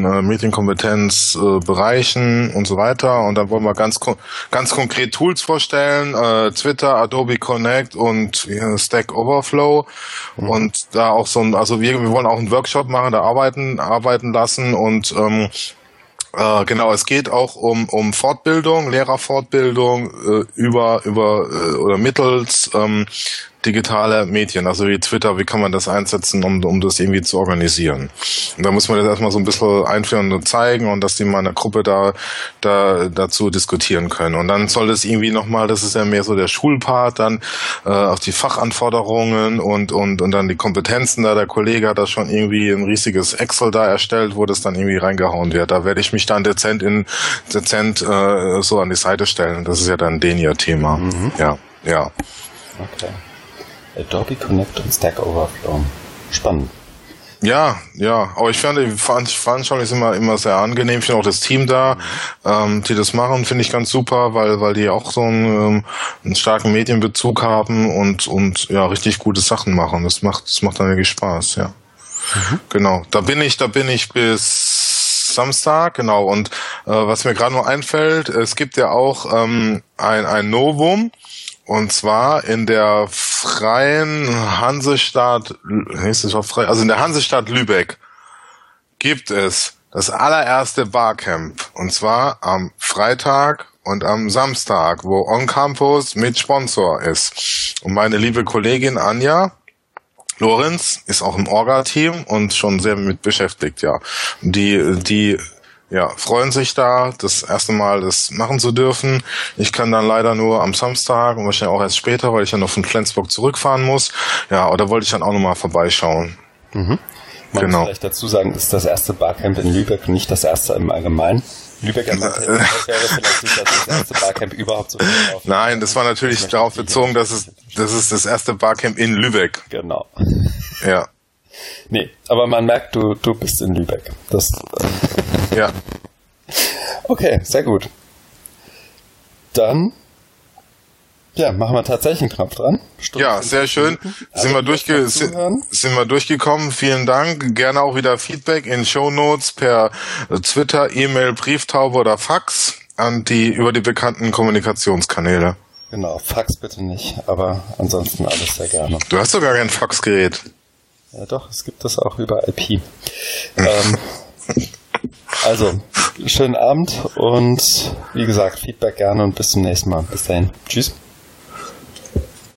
Medienkompetenzbereichen und so weiter. Und dann wollen wir ganz konkret Tools vorstellen, Twitter, Adobe Connect und Stack Overflow. Und da auch also wir wollen auch einen Workshop machen, da arbeiten lassen und genau, es geht auch um Fortbildung, Lehrerfortbildung oder mittels digitale Medien, also wie Twitter, wie kann man das einsetzen, um das irgendwie zu organisieren. Und da muss man das erstmal so ein bisschen einführen und zeigen und dass die mal in der Gruppe dazu diskutieren können. Und dann soll das irgendwie nochmal, das ist ja mehr so der Schulpart, dann auf die Fachanforderungen und dann die Kompetenzen da. Der Kollege hat da schon irgendwie ein riesiges Excel da erstellt, wo das dann irgendwie reingehauen wird. Da werde ich mich dann dezent so an die Seite stellen. Das ist ja dann ihr Thema. Ja. Okay. Adobe Connect und Stack Overflow. Spannend. Ja, aber ich fand die Veranstaltung immer sehr angenehm. Ich finde auch das Team da, die das machen, finde ich ganz super, weil die auch so einen starken Medienbezug haben und ja, richtig gute Sachen machen. Das macht dann wirklich Spaß, ja. Genau. Da bin ich bis Samstag, genau. Und was mir gerade noch einfällt, es gibt ja auch ein Novum. Und zwar in der freien Hansestadt, also in der Hansestadt Lübeck gibt es das allererste Barcamp. Und zwar am Freitag und am Samstag, wo On Campus mit Sponsor ist. Und meine liebe Kollegin Anja Lorenz ist auch im Orga-Team und schon sehr mit beschäftigt, ja. Die freuen sich da, das erste Mal das machen zu dürfen. Ich kann dann leider nur am Samstag und wahrscheinlich auch erst später, weil ich ja noch von Flensburg zurückfahren muss. Ja, oder wollte ich dann auch nochmal vorbeischauen. Man muss vielleicht dazu sagen, ist das erste Barcamp in Lübeck nicht das erste im Allgemeinen. Lübeck wäre vielleicht nicht das erste Barcamp überhaupt so. Nein, das war natürlich darauf bezogen, dass es das erste Barcamp in Lübeck. Genau. Ja. Nee, aber man merkt, du bist in Lübeck. Das ja. Okay, sehr gut. Dann machen wir tatsächlich einen Knopf dran. Ja, sehr schön. Sind wir durchgekommen. Vielen Dank. Gerne auch wieder Feedback in Shownotes per Twitter, E-Mail, Brieftaube oder Fax über die bekannten Kommunikationskanäle. Genau, Fax bitte nicht, aber ansonsten alles sehr gerne. Du hast doch gar kein Faxgerät. Ja doch, es gibt das auch über IP. Also, schönen Abend und wie gesagt, Feedback gerne und bis zum nächsten Mal. Bis dahin. Tschüss.